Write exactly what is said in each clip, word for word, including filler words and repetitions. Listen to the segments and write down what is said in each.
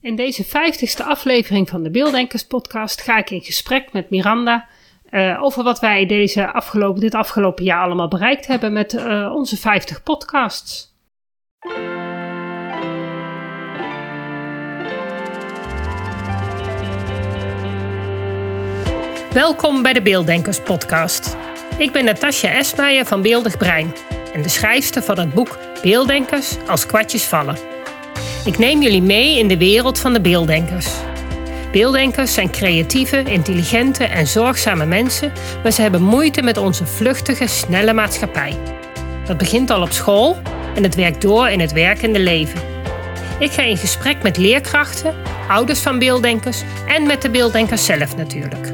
In deze vijftigste aflevering van de Beelddenkers podcast ga ik in gesprek met Miranda uh, over wat wij deze afgelopen, dit afgelopen jaar allemaal bereikt hebben met uh, onze vijftig podcasts. Welkom bij de Beelddenkers podcast. Ik ben Natasja Esmeijer van Beeldig Brein en de schrijfster van het boek Beelddenkers als kwartjes vallen. Ik neem jullie mee in de wereld van de beelddenkers. Beelddenkers zijn creatieve, intelligente en zorgzame mensen, maar ze hebben moeite met onze vluchtige, snelle maatschappij. Dat begint al op school en het werkt door in het werkende leven. Ik ga in gesprek met leerkrachten, ouders van beelddenkers en met de beelddenkers zelf natuurlijk.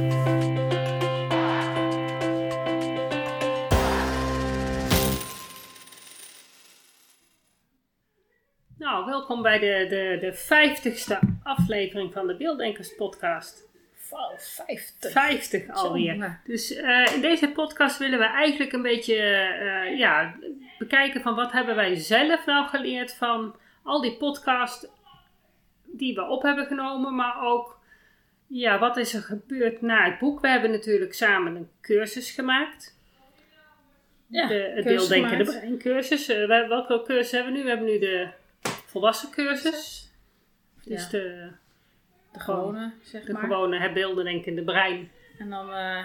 Nou, welkom bij de, de, de vijftigste aflevering van de Beelddenkers podcast. Wow, vijftig. vijftig alweer. Zo, ja. Dus uh, in deze podcast willen we eigenlijk een beetje uh, ja, bekijken van wat hebben wij zelf nou geleerd van al die podcasts die we op hebben genomen. Maar ook, ja, wat is er gebeurd na het boek? We hebben natuurlijk samen een cursus gemaakt. Ja, de, het Beelddenkende Brein cursus. Uh, welke cursus hebben we nu? We hebben nu de volwassen cursus. Dus ja. de, de gewone, zeg de maar. De gewone het Beelddenkende Brein. En dan uh,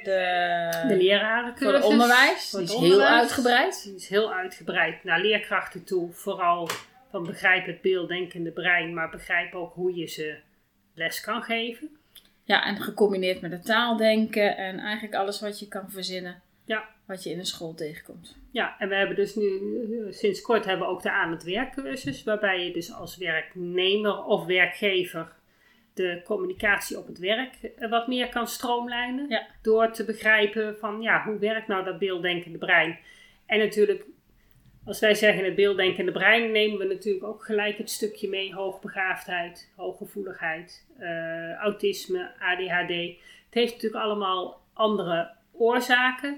de, de lerarencursus. Voor het onderwijs. Voor het die is onderwijs. heel uitgebreid. Die is heel uitgebreid naar leerkrachten toe. Vooral van begrijp het beelddenkende brein. Maar begrijp ook hoe je ze les kan geven. Ja, en gecombineerd met het taaldenken. En eigenlijk alles wat je kan verzinnen. Ja. Wat je in een school tegenkomt. Ja, en we hebben dus nu, sinds kort hebben we ook de aan het werk cursus. Waarbij je dus als werknemer of werkgever de communicatie op het werk wat meer kan stroomlijnen. Ja. Door te begrijpen van, ja, hoe werkt nou dat beelddenkende brein? En natuurlijk, als wij zeggen het beelddenkende brein, nemen we natuurlijk ook gelijk het stukje mee. Hoogbegaafdheid, hooggevoeligheid, uh, autisme, A D H D. Het heeft natuurlijk allemaal andere oorzaken.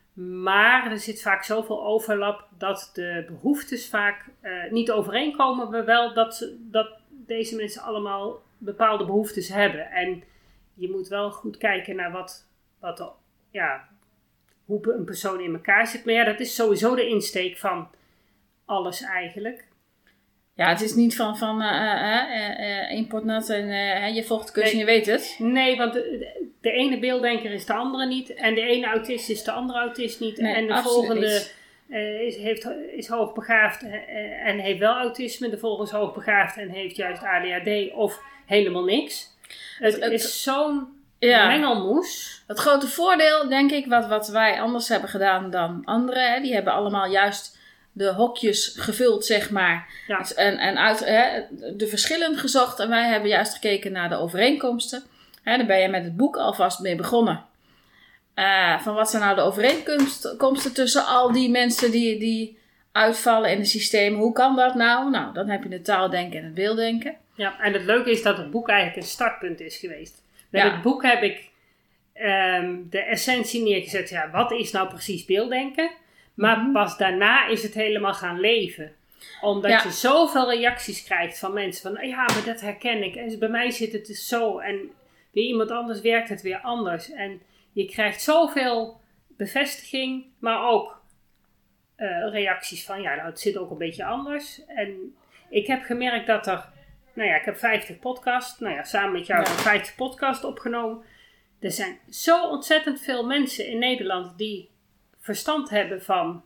Maar er zit vaak zoveel overlap dat de behoeftes vaak uh, niet overeenkomen. Maar wel dat, dat deze mensen allemaal bepaalde behoeftes hebben. En je moet wel goed kijken naar wat, wat er, ja, hoe een persoon in elkaar zit. Maar ja, dat is sowieso de insteek van alles eigenlijk. Ja, het is niet van, van uh, uh, uh, importnat en uh, je volgt de cursus nee, en je weet het. Nee, want de, de ene beelddenker is de andere niet. En de ene autist is de andere autist niet. Nee, en de volgende uh, is, heeft, is hoogbegaafd uh, en heeft wel autisme. De volgende is hoogbegaafd en heeft juist A D H D of helemaal niks. Het, het is zo'n ja, mengelmoes. Het grote voordeel, denk ik, wat, wat wij anders hebben gedaan dan anderen. Hè, die hebben allemaal juist de hokjes gevuld, zeg maar. Ja. En, en uit hè, de verschillen gezocht. En wij hebben juist gekeken naar de overeenkomsten. Hè, daar ben je met het boek alvast mee begonnen. Uh, van wat zijn nou de overeenkomsten tussen al die mensen die, die uitvallen in het systeem. Hoe kan dat nou? Nou, dan heb je het taaldenken en het beelddenken. Ja, en het leuke is dat het boek eigenlijk een startpunt is geweest. Met ja. het boek heb ik um, de essentie neergezet. Ja, wat is nou precies beelddenken? Maar mm-hmm. pas daarna is het helemaal gaan leven. Omdat ja. je zoveel reacties krijgt van mensen. Van ja, maar dat herken ik. En bij mij zit het dus zo. En bij iemand anders werkt het weer anders. En je krijgt zoveel bevestiging. Maar ook uh, reacties van ja, nou het zit ook een beetje anders. En ik heb gemerkt dat er... Nou ja, ik heb vijftig podcasts. Nou ja, samen met jou heb ik vijftig podcasts opgenomen. Er zijn zo ontzettend veel mensen in Nederland die verstand hebben van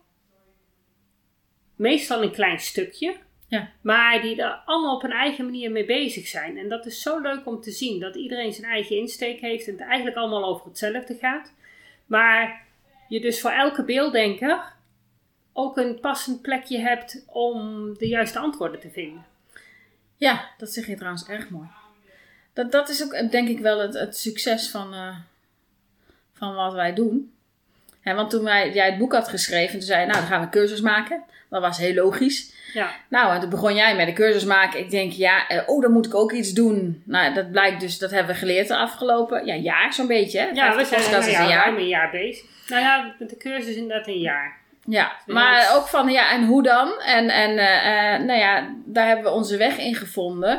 meestal een klein stukje. Ja. Maar die er allemaal op een eigen manier mee bezig zijn. En dat is zo leuk om te zien. Dat iedereen zijn eigen insteek heeft. En het eigenlijk allemaal over hetzelfde gaat. Maar je dus voor elke beelddenker ook een passend plekje hebt om de juiste antwoorden te vinden. Ja, dat zeg je trouwens erg mooi. Dat, dat is ook denk ik wel het, het succes van, uh, van wat wij doen. Ja, want toen wij, jij het boek had geschreven, toen zei je, nou dan gaan we een cursus maken. Dat was heel logisch. Ja. Nou, en toen begon jij met de cursus maken. Ik denk, ja, uh, oh, dan moet ik ook iets doen. Nou, dat blijkt dus, dat hebben we geleerd de afgelopen ja, jaar zo'n beetje. Hè? Ja, we zijn nou, een ja, jaar. een jaar bezig. Nou ja, met de cursus inderdaad een jaar. Ja, maar ook van, ja, en hoe dan? En, en uh, uh, nou ja, daar hebben we onze weg in gevonden.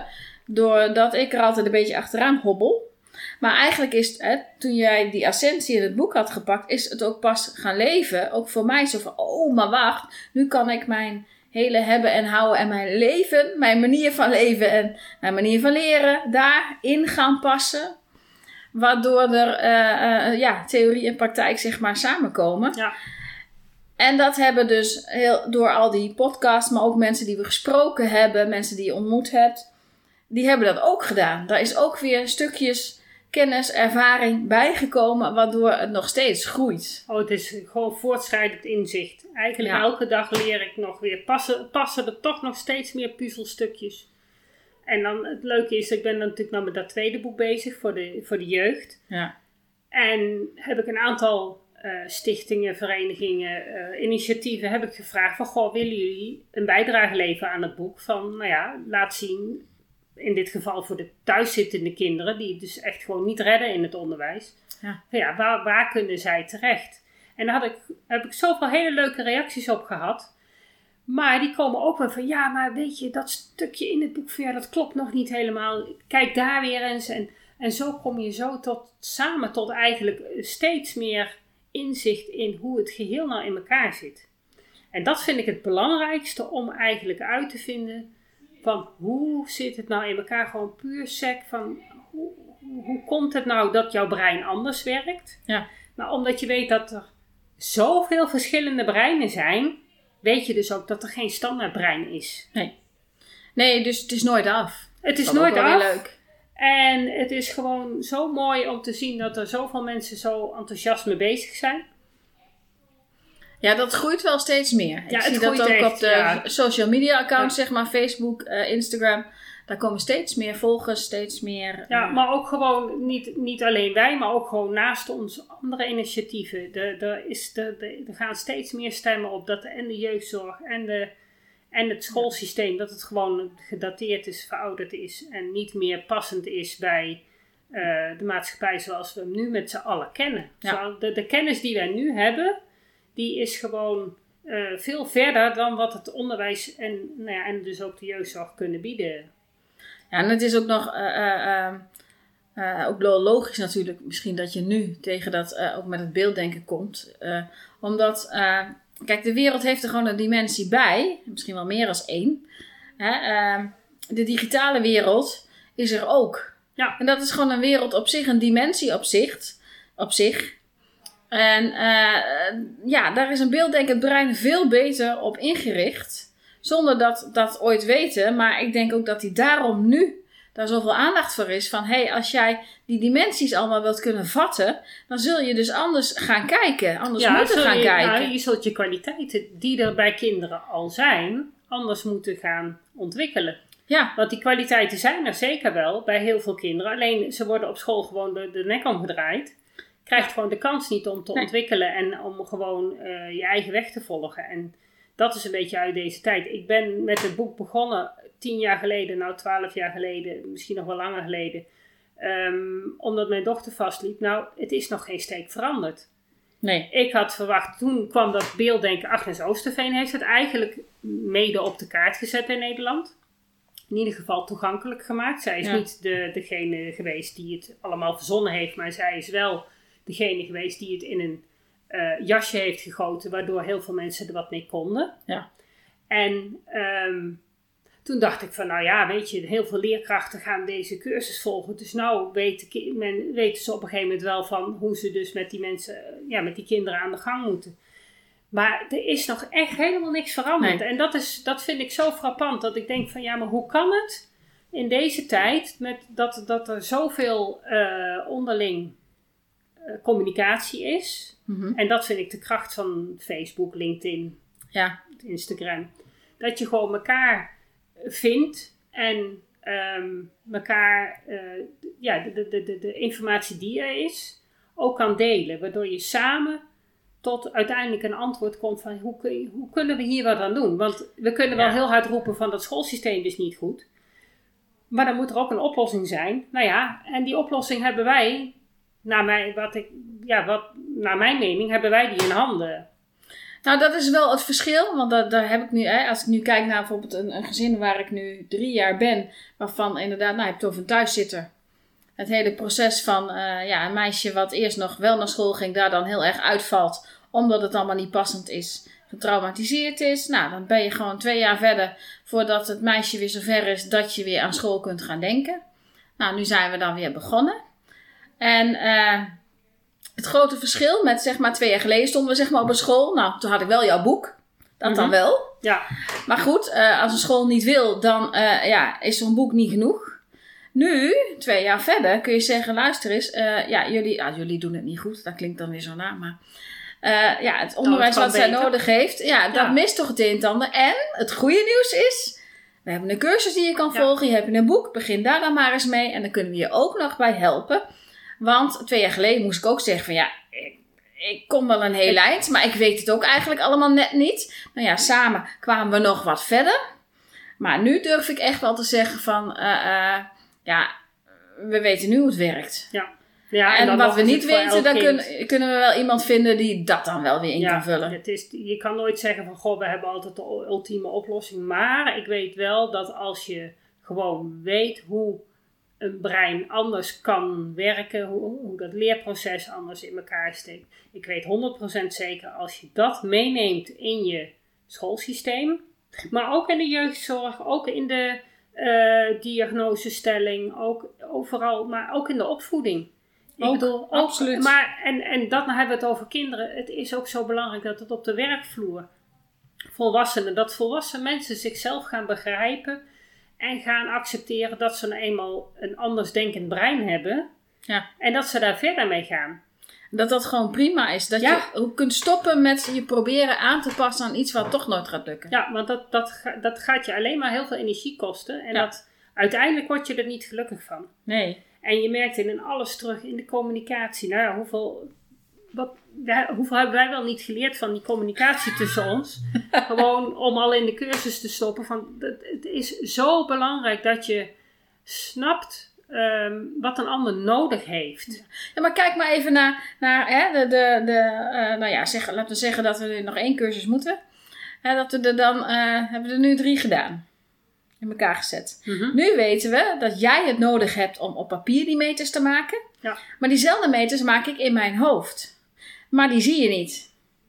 doordat ik er altijd een beetje achteraan hobbel. Maar eigenlijk is het, hè, toen jij die ascensie in het boek had gepakt, is het ook pas gaan leven. Ook voor mij zo van, oh, maar wacht, nu kan ik mijn hele hebben en houden en mijn leven, mijn manier van leven en mijn manier van leren daarin gaan passen. Waardoor er uh, uh, ja, theorie en praktijk zeg maar samenkomen. Ja. En dat hebben dus heel, door al die podcasts, maar ook mensen die we gesproken hebben, mensen die je ontmoet hebt, die hebben dat ook gedaan. Daar is ook weer stukjes kennis, ervaring bijgekomen, waardoor het nog steeds groeit. Oh, het is gewoon voortschrijdend inzicht. Eigenlijk Ja. elke dag leer ik nog weer. Passen, passen er toch nog steeds meer puzzelstukjes. En dan het leuke is, ik ben dan natuurlijk nou met dat tweede boek bezig voor de, voor de jeugd. Ja. En heb ik een aantal uh, stichtingen, verenigingen, uh, initiatieven heb ik gevraagd van, goh, willen jullie een bijdrage leveren aan het boek? Van, nou ja, laat zien, in dit geval voor de thuiszittende kinderen, die het dus echt gewoon niet redden in het onderwijs. Ja. Van, ja, waar, waar kunnen zij terecht? En daar had ik, heb ik zoveel hele leuke reacties op gehad. Maar die komen ook wel van, ja, maar weet je, dat stukje in het boek van, ja, dat klopt nog niet helemaal. Kijk daar weer eens. En, en zo kom je zo tot, samen tot eigenlijk steeds meer inzicht in hoe het geheel nou in elkaar zit. En dat vind ik het belangrijkste om eigenlijk uit te vinden van, hoe zit het nou in elkaar? Gewoon puur sec van, hoe, hoe komt het nou dat jouw brein anders werkt? Ja. Nou, omdat je weet dat er zoveel verschillende breinen zijn, weet je dus ook dat er geen standaard brein is. Nee. Nee, dus het is nooit af. Het is Dat nooit ook wel weer af. leuk. En het is gewoon zo mooi om te zien dat er zoveel mensen zo enthousiast mee bezig zijn. Ja, dat groeit wel steeds meer. Ja, ik het zie dat groeit ook echt, op de ja. social media accounts, Ja. zeg maar, Facebook, uh, Instagram. Daar komen steeds meer volgers, steeds meer... Ja, uh, maar ook gewoon, niet, niet alleen wij, maar ook gewoon naast ons andere initiatieven. Er, er, is, er, er gaan steeds meer stemmen op dat en de jeugdzorg en, de, en het schoolsysteem, dat het gewoon gedateerd is, verouderd is en niet meer passend is bij uh, de maatschappij zoals we hem nu met z'n allen kennen. Ja. Zo, de, de kennis die wij nu hebben, die is gewoon uh, veel verder dan wat het onderwijs en, nou ja, en dus ook de jeugdzorg kunnen bieden. Ja, en het is ook nog uh, uh, uh, ook logisch natuurlijk misschien dat je nu tegen dat uh, ook met het beelddenken komt. Uh, omdat, uh, kijk, de wereld heeft er gewoon een dimensie bij. Misschien wel meer dan één. Hè? Uh, de digitale wereld is er ook. Ja. En dat is gewoon een wereld op zich, een dimensie op zich. Op zich. En uh, ja, daar is een beelddenkend brein veel beter op ingericht. Zonder dat dat ooit weten. Maar ik denk ook dat hij daarom nu daar zoveel aandacht voor is. Van, hé, hey, als jij die dimensies allemaal wilt kunnen vatten, dan zul je dus anders gaan kijken. Anders ja, moeten zul gaan je, kijken. Nou, je zult je kwaliteiten die er bij kinderen al zijn, anders moeten gaan ontwikkelen. Ja. Want die kwaliteiten zijn er zeker wel bij heel veel kinderen. Alleen ze worden op school gewoon de, de nek omgedraaid. Krijgt gewoon de kans niet om te Nee. ontwikkelen en om gewoon uh, je eigen weg te volgen. En dat is een beetje uit deze tijd. Ik ben met het boek begonnen tien jaar geleden, nou twaalf jaar geleden, misschien nog wel langer geleden. Um, omdat mijn dochter vastliep. Nou, het is nog geen steek veranderd. Nee. Ik had verwacht, toen kwam dat beelddenken. Agnes Oosterveen heeft het eigenlijk mede op de kaart gezet in Nederland. In ieder geval toegankelijk gemaakt. Zij is Ja. niet de, degene geweest die het allemaal verzonnen heeft, maar zij is wel degene geweest die het in een uh, jasje heeft gegoten, waardoor heel veel mensen er wat mee konden. Ja. En um, toen dacht ik van, nou ja, weet je, heel veel leerkrachten gaan deze cursus volgen. Dus nou weten, men, weten ze op een gegeven moment wel van hoe ze dus met die mensen, ja, met die kinderen aan de gang moeten. Maar er is nog echt helemaal niks veranderd. Nee. En dat, is, dat vind ik zo frappant, dat ik denk van, ja, maar hoe kan het in deze tijd, met dat, dat er zoveel uh, onderling uh, communicatie is. Mm-hmm. En dat vind ik de kracht van Facebook, LinkedIn, Ja. Instagram. Dat je gewoon elkaar vindt en um, elkaar, uh, ja, de, de, de, de informatie die er is, ook kan delen. Waardoor je samen tot uiteindelijk een antwoord komt van hoe, kun je, hoe kunnen we hier wat aan doen? Want we kunnen wel Ja. heel hard roepen van dat schoolsysteem is niet goed. Maar dan moet er ook een oplossing zijn. Nou ja, en die oplossing hebben wij, naar mijn, wat ik, ja, wat, naar mijn mening, hebben wij die in handen. Nou, dat is wel het verschil. Want daar, daar heb ik nu, hè, als ik nu kijk naar bijvoorbeeld een, een gezin waar ik nu drie jaar ben. Waarvan inderdaad, nou, je hebt het over een thuiszitter. Het hele proces van uh, ja, een meisje wat eerst nog wel naar school ging, daar dan heel erg uitvalt. Omdat het allemaal niet passend is. Getraumatiseerd is. Nou, dan ben je gewoon twee jaar verder voordat het meisje weer zover is dat je weer aan school kunt gaan denken. Nou, nu zijn we dan weer begonnen. En uh, het grote verschil met zeg maar twee jaar geleden stonden we zeg maar op een school. Nou, toen had ik wel jouw boek. Dat mm-hmm. dan wel. Ja. Maar goed, uh, als een school niet wil, dan uh, ja, is zo'n boek niet genoeg. Nu, twee jaar verder, kun je zeggen, luister eens, uh, ja, jullie, ah, jullie doen het niet goed. Dat klinkt dan weer zo na, maar uh, ja, het onderwijs nou, het wat zij nodig heeft, ja, dat ja. mist toch het een en het ander. En het goede nieuws is, we hebben een cursus die je kan ja. volgen, je hebt een boek, begin daar dan maar eens mee en dan kunnen we je ook nog bij helpen. Want twee jaar geleden moest ik ook zeggen van ja, ik, ik kom wel een heel eind, maar ik weet het ook eigenlijk allemaal net niet. Nou ja, samen kwamen we nog wat verder. Maar nu durf ik echt wel te zeggen van, uh, uh, ja, we weten nu hoe het werkt. Ja. Ja, en en wat we niet weten, dan kind. kun, kunnen we wel iemand vinden die dat dan wel weer in ja, kan vullen. Het is, je kan nooit zeggen van, goh, we hebben altijd de ultieme oplossing. Maar ik weet wel dat als je gewoon weet hoe een brein anders kan werken, hoe, hoe dat leerproces anders in elkaar steekt. Ik weet honderd procent zeker, als je dat meeneemt in je schoolsysteem, maar ook in de jeugdzorg, ook in de uh, diagnosestelling, ook overal, maar ook in de opvoeding. Ik ook, bedoel, ook, absoluut. Maar, en, en dat nou hebben we het over kinderen. Het is ook zo belangrijk dat het op de werkvloer, volwassenen, dat volwassen mensen zichzelf gaan begrijpen en gaan accepteren dat ze nou eenmaal een anders denkend brein hebben. Ja. En dat ze daar verder mee gaan. Dat dat gewoon prima is. Dat ja. je ook kunt stoppen met je proberen aan te passen aan iets wat toch nooit gaat lukken. Ja, want dat, dat, dat gaat je alleen maar heel veel energie kosten. En ja. dat, uiteindelijk word je er niet gelukkig van. Nee. En je merkt in alles terug in de communicatie. Nou ja, hoeveel, wat, ja, hoeveel hebben wij wel niet geleerd van die communicatie tussen ons? Gewoon om al in de cursus te stoppen. Van, het, het is zo belangrijk dat je snapt Um, wat een ander nodig heeft. Ja, maar kijk maar even naar, naar hè, de, de, de uh, nou ja, zeg, laten we zeggen dat we nog één cursus moeten. Hè, dat we er dan, uh, hebben we er nu drie gedaan. In elkaar gezet. Mm-hmm. Nu weten we dat jij het nodig hebt om op papier die meters te maken. Ja. Maar diezelfde meters maak ik in mijn hoofd. Maar die zie je niet.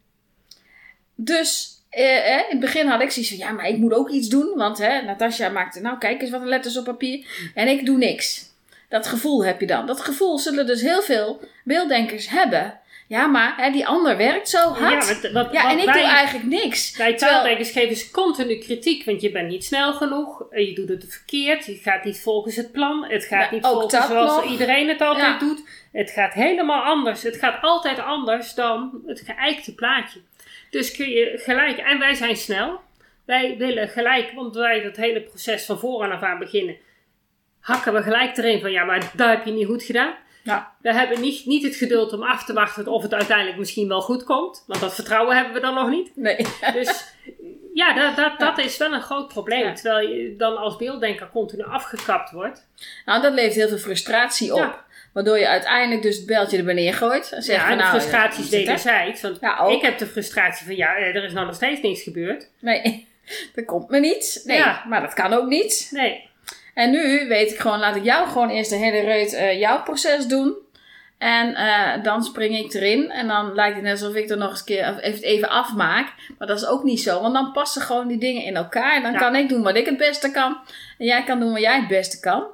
Dus Uh, eh, in het begin had ik zoiets van, ja, maar ik moet ook iets doen. Want hè, Natasja maakte, nou kijk eens wat een letters op papier. En ik doe niks. Dat gevoel heb je dan. Dat gevoel zullen dus heel veel beelddenkers hebben. Ja, maar hè, die ander werkt zo hard. Ja, wat, wat, ja en ik wij, doe eigenlijk niks. Wij taaldenkers geven ze continu kritiek. Want je bent niet snel genoeg. Je doet het verkeerd. Je gaat niet volgens het plan. Het gaat ja, niet volgens zoals nog. Iedereen het altijd ja. doet. Het gaat helemaal anders. Het gaat altijd anders dan het geëikte plaatje. Dus kun je gelijk, en wij zijn snel, wij willen gelijk, want wij dat hele proces van vooraan af aan beginnen, hakken we gelijk erin van, ja, maar dat heb je niet goed gedaan. Ja. We hebben niet, niet het geduld om af te wachten of het uiteindelijk misschien wel goed komt, want dat vertrouwen hebben we dan nog niet. Nee. Dus ja, dat, dat, dat is wel een groot probleem, ja. terwijl je dan als beelddenker continu afgekapt wordt. Nou, dat levert heel veel frustratie op. Ja. Waardoor je uiteindelijk dus het beltje er beneden gooit. En zegt ja, van, en de nou, frustratie is wederzijds. Want ja, ik heb de frustratie van, ja, er is nou nog steeds niks gebeurd. Nee, er komt me niets. Nee, ja. Maar dat kan ook niet. Nee. En nu weet ik gewoon, laat ik jou gewoon eerst de hele reut uh, jouw proces doen. En uh, dan spring ik erin. En dan lijkt het net alsof ik er nog eens een keer even afmaak. Maar dat is ook niet zo. Want dan passen gewoon die dingen in elkaar. En dan ja. kan ik doen wat ik het beste kan. En jij kan doen wat jij het beste kan.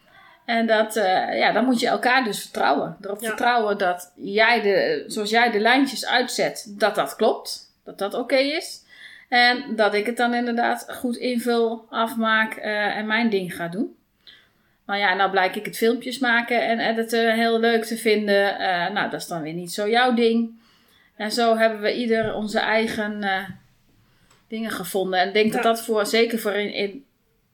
En dat, uh, ja, dan moet je elkaar dus vertrouwen. Erop ja. vertrouwen dat jij de, zoals jij de lijntjes uitzet, dat dat klopt. Dat dat oké okay is. En dat ik het dan inderdaad goed invul, afmaak uh, en mijn ding ga doen. Nou ja, nou blijk ik het filmpjes maken en editen heel leuk te vinden. Uh, nou, dat is dan weer niet zo jouw ding. En zo hebben we ieder onze eigen uh, dingen gevonden. En ik denk ja. dat dat voor, zeker voor in... in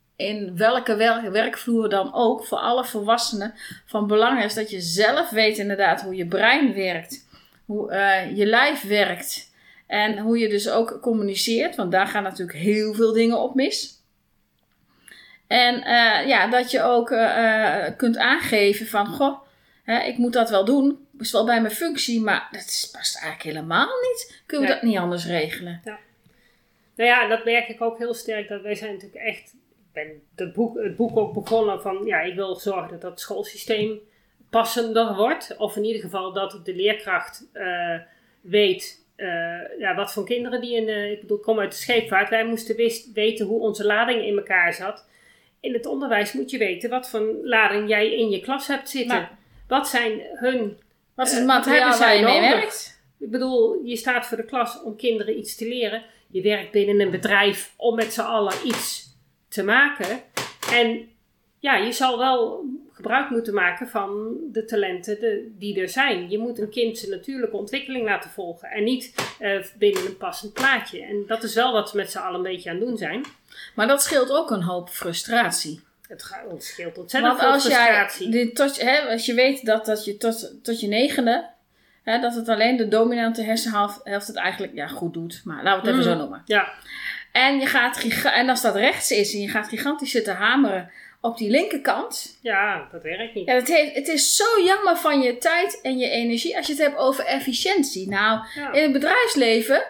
in welke werk, werkvloer dan ook, voor alle volwassenen van belang is dat je zelf weet inderdaad hoe je brein werkt, hoe uh, je lijf werkt en hoe je dus ook communiceert, want daar gaan natuurlijk heel veel dingen op mis. En uh, ja, dat je ook uh, kunt aangeven van, goh, Hè, ik moet dat wel doen. Dat is wel bij mijn functie, maar dat is, past eigenlijk helemaal niet. Kunnen we Nee. dat niet anders regelen? Ja. Nou ja, dat merk ik ook heel sterk. Dat wij zijn natuurlijk echt... Ik ben het boek, het boek ook begonnen van... Ja, ik wil zorgen dat dat schoolsysteem passender wordt. Of in ieder geval dat de leerkracht uh, weet... Uh, ja, wat voor kinderen die in... Uh, ik bedoel, ik kom uit de scheepvaart. Wij moesten wist, weten hoe onze lading in elkaar zat. In het onderwijs moet je weten wat voor lading jij in je klas hebt zitten. Maar, wat zijn hun... Wat is het materiaal uh, waar je mee werkt? Ik bedoel, je staat voor de klas om kinderen iets te leren. Je werkt binnen een bedrijf om met z'n allen iets te maken. En ja, je zal wel gebruik moeten maken van de talenten de, die er zijn. Je moet een kind zijn natuurlijke ontwikkeling laten volgen. En niet uh, binnen een passend plaatje. En dat is wel wat we met z'n allen een beetje aan het doen zijn. Maar dat scheelt ook een hoop frustratie. Het, ga, het scheelt ontzettend Want veel als frustratie. Jij, tot, hè, als je weet dat, dat je tot, tot je negende... Hè, dat het alleen de dominante hersenhelft het eigenlijk ja, goed doet. Maar laten we het even mm. zo noemen. Ja. En, je gaat giga- en als dat rechts is en je gaat gigantisch zitten hameren op die linkerkant. Ja, dat werkt niet. Ja, het, heeft, het is zo jammer van je tijd en je energie als je het hebt over efficiëntie. Nou, ja. in het bedrijfsfleven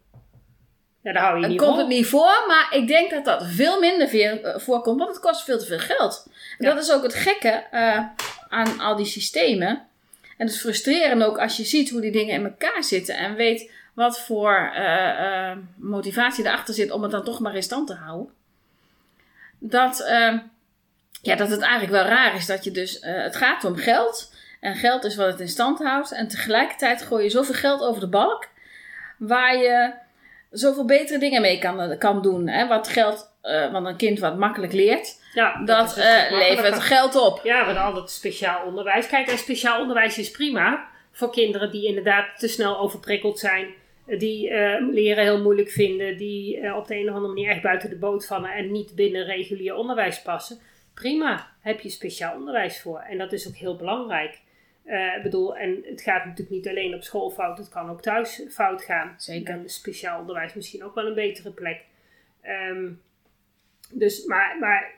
ja, daar hou je niet komt voor. het niet voor. Maar ik denk dat dat veel minder veel, uh, voorkomt, want het kost veel te veel geld. En ja. dat is ook het gekke uh, aan al die systemen. En het is frustrerend ook als je ziet hoe die dingen in elkaar zitten. En weet wat voor uh, uh, motivatie erachter zit om het dan toch maar in stand te houden. Dat, uh, ja, dat het eigenlijk wel raar is dat je dus... Uh, het gaat om geld. En geld is wat het in stand houdt. En tegelijkertijd gooi je zoveel geld over de balk. Waar je zoveel betere dingen mee kan, kan doen. Hè? Wat geld... Uh, want een kind wat makkelijk leert... Ja, dat dat uh, levert geld op. Ja, we hadden het speciaal onderwijs. Kijk, en speciaal onderwijs is prima voor kinderen die inderdaad te snel overprikkeld zijn. Die uh, leren heel moeilijk vinden. Die uh, op de een of andere manier echt buiten de boot vallen en niet binnen regulier onderwijs passen. Prima, heb je speciaal onderwijs voor. En dat is ook heel belangrijk. Uh, ik bedoel, en het gaat natuurlijk niet alleen op school fout. Het kan ook thuis fout gaan. Zeker. Dan is speciaal onderwijs misschien ook wel een betere plek. Um, dus, maar... maar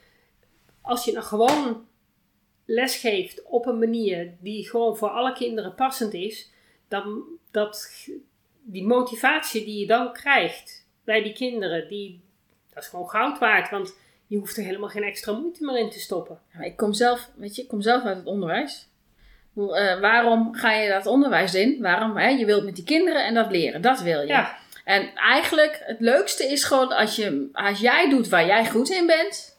als je nou gewoon les geeft op een manier die gewoon voor alle kinderen passend is, dan dat die motivatie die je dan krijgt bij die kinderen, die, dat is gewoon goud waard, want je hoeft er helemaal geen extra moeite meer in te stoppen. Ja, ik kom zelf, weet je, ik kom zelf uit het onderwijs. Uh, waarom ga je dat onderwijs in? Waarom? Hè? Je wilt met die kinderen en dat leren, dat wil je. Ja. En eigenlijk het leukste is gewoon als, je, als jij doet waar jij goed in bent.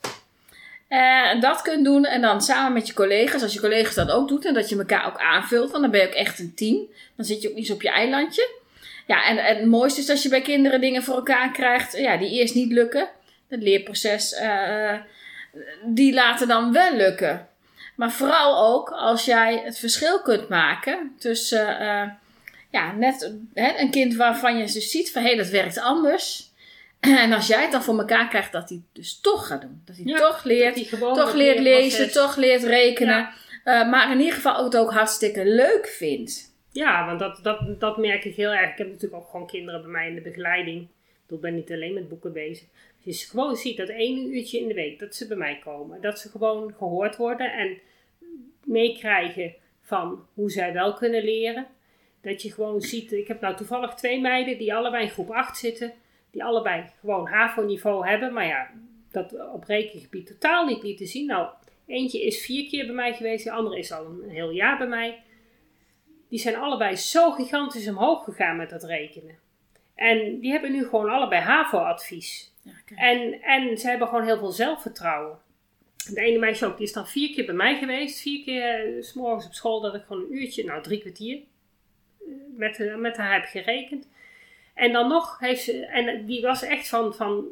En uh, dat kunt doen en dan samen met je collega's, als je collega's dat ook doet en dat je elkaar ook aanvult, want dan ben je ook echt een team. Dan zit je ook niet zo op je eilandje. Ja, en, en het mooiste is als je bij kinderen dingen voor elkaar krijgt, ja, die eerst niet lukken. Het leerproces, uh, die laten dan wel lukken. Maar vooral ook als jij het verschil kunt maken tussen, uh, ja, net hè, een kind waarvan je dus ziet van, hé, hey, dat werkt anders. En als jij het dan voor elkaar krijgt dat hij dus toch gaat doen. Dat hij ja, toch leert, toch leert lezen, toch leert rekenen. Ja. Uh, maar in ieder geval het ook hartstikke leuk vindt. Ja, want dat, dat, dat merk ik heel erg. Ik heb natuurlijk ook gewoon kinderen bij mij in de begeleiding. Ik ben niet alleen met boeken bezig. Dus je gewoon ziet dat één uurtje in de week dat ze bij mij komen. Dat ze gewoon gehoord worden en meekrijgen van hoe zij wel kunnen leren. Dat je gewoon ziet, ik heb nou toevallig twee meiden die allebei in groep acht zitten. Die allebei gewoon HAVO-niveau hebben. Maar ja, dat op rekengebied totaal niet lieten zien. Nou, eentje is vier keer bij mij geweest. De andere is al een heel jaar bij mij. Die zijn allebei zo gigantisch omhoog gegaan met dat rekenen. En die hebben nu gewoon allebei HAVO-advies. Ja, en, en ze hebben gewoon heel veel zelfvertrouwen. De ene meisje ook, die is dan vier keer bij mij geweest. Vier keer uh, 's morgens op school dat ik gewoon een uurtje, nou drie kwartier, uh, met, uh, met haar heb gerekend. En dan nog heeft ze, en die was echt van, van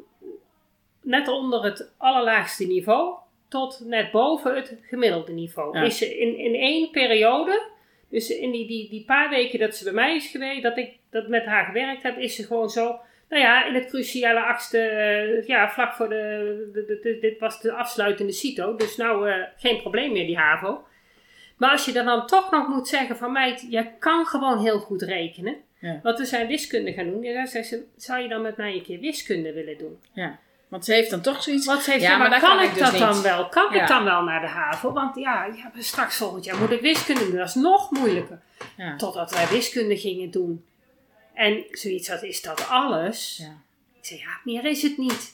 net onder het allerlaagste niveau tot net boven het gemiddelde niveau. Ja. Is ze in, in één periode, dus in die, die, die paar weken dat ze bij mij is geweest, dat ik dat met haar gewerkt heb, is ze gewoon zo, nou ja, in het cruciale achtste, uh, ja, vlak voor de, de, de, de, dit was de afsluitende CITO, dus nou uh, geen probleem meer die HAVO. Maar als je dan, dan toch nog moet zeggen van meid, je kan gewoon heel goed rekenen. Ja. Want we zijn wiskunde gaan doen. Ja, zei ze, zou je dan met mij een keer wiskunde willen doen? Ja. Want ze heeft dan toch zoiets... Wat ze heeft, ja, ja, maar, maar kan, kan ik ik dat dus dan niet. wel? Kan Ja. ik dan wel naar de HAVO? Want ja, ja straks volgend jaar moet ik wiskunde doen. Dat is nog moeilijker. Ja. Totdat wij wiskunde gingen doen. En zoiets had, is dat alles? Ja. Ik zei, ja, meer is het niet.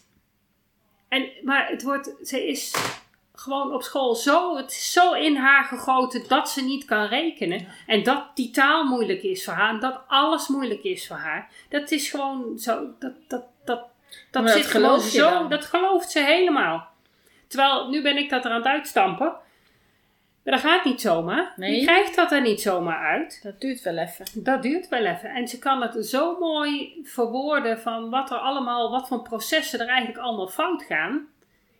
En, maar het wordt, ze is gewoon op school zo, het is zo in haar gegoten dat ze niet kan rekenen. Ja. En dat die taal moeilijk is voor haar. En dat alles moeilijk is voor haar. Dat is gewoon zo, dat, dat, dat, dat maar zit dat gewoon geloof je zo, dan. dat gelooft ze helemaal. Terwijl, nu ben ik dat er aan het uitstampen. Maar dat gaat niet zomaar. Nee. Je krijgt dat er niet zomaar uit. Dat duurt wel even. Dat duurt wel even. En ze kan het zo mooi verwoorden van wat er allemaal, wat voor processen er eigenlijk allemaal fout gaan.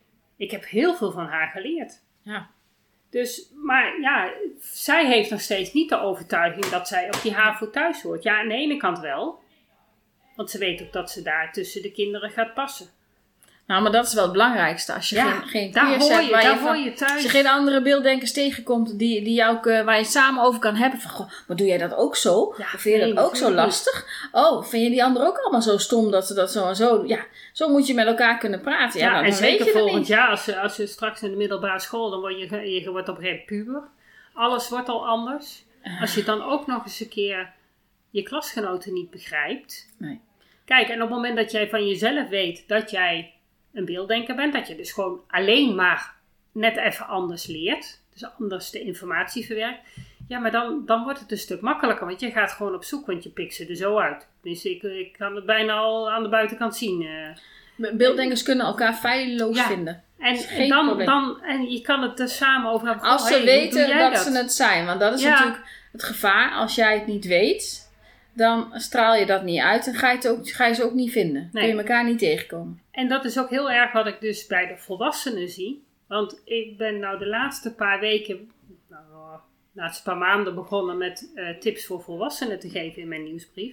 Ik heb heel veel van haar geleerd. Ja. Dus, maar ja, zij heeft nog steeds niet de overtuiging dat zij op die HAVO thuis hoort. Ja, aan de ene kant wel. Want ze weet ook dat ze daar tussen de kinderen gaat passen. Nou, maar dat is wel het belangrijkste. Als je Ja, geen, geen daar peers hoor hebt je, waar daar je van- hoor je thuis. Als je geen andere beelddenkers tegenkomt die, die jou, ook, eh, waar je het samen over kan hebben. Van, goh, maar doe jij dat ook zo? Ja, of vind je nee, dat ook zo natuurlijk lastig? Oh, vind je die anderen ook allemaal zo stom dat ze dat zo en zo... Ja, zo moet je met elkaar kunnen praten. Ja, Ja, dan, en dan weet zeker je het volgend niet. jaar, als je, als je straks in de middelbare school, dan word je, ge- je wordt op een gegeven moment puber. Alles wordt al anders. Als je dan ook nog eens een keer je klasgenoten niet begrijpt. Nee. Kijk, en op het moment dat jij van jezelf weet dat jij een beelddenker bent, dat je dus gewoon alleen maar net even anders leert, dus anders de informatie verwerkt, ja, maar dan, dan wordt het een stuk makkelijker, want je gaat gewoon op zoek, want je pikt ze er zo uit. Dus ik, ik kan het bijna al aan de buitenkant zien. eh. Beelddenkers kunnen elkaar feilloos Ja. vinden. En, is en, geen dan, probleem. dan, en je kan het er samen over hebben. Als Oh, ze hey, hoe doe weten jij dat, ze het zijn. Want dat is Ja. natuurlijk het gevaar. Als jij het niet weet, dan straal je dat niet uit. En ga je, het ook, ga je ze ook niet vinden. Nee. Kun je elkaar niet tegenkomen. En dat is ook heel erg wat ik dus bij de volwassenen zie. Want ik ben nou de laatste paar weken, nou, de laatste paar maanden begonnen met uh, tips voor volwassenen te geven in mijn nieuwsbrief.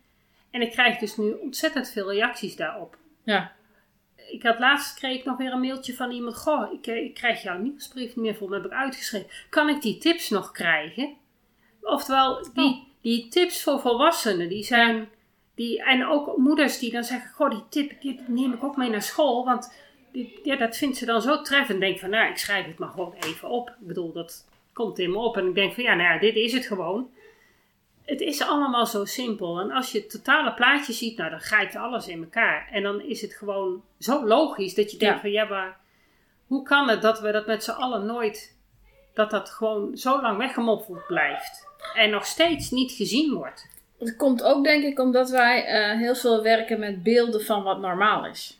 En ik krijg dus nu ontzettend veel reacties daarop. Ja. Ik had laatst kreeg ik nog weer een mailtje van iemand. Goh, ik, ik krijg jouw nieuwsbrief niet meer vol, heb ik uitgeschreven. Kan ik die tips nog krijgen? Oftewel, die, Oh. die tips voor volwassenen, die zijn... Die, en ook moeders die dan zeggen, goh, die tip die neem ik ook mee naar school. Want die, ja, dat vindt ze dan zo treffend. Denk van, nou, ik schrijf het maar gewoon even op. Ik bedoel, dat komt in me op. En ik denk van, ja, nou ja, dit is het gewoon. Het is allemaal zo simpel. En als je het totale plaatje ziet, nou, dan grijpt alles in elkaar. En dan is het gewoon zo logisch dat je denkt Ja. van, ja, maar hoe kan het dat we dat met z'n allen nooit, dat dat gewoon zo lang weggemoffeld blijft. En nog steeds niet gezien wordt. Het komt ook denk ik omdat wij eh, heel veel werken met beelden van wat normaal is.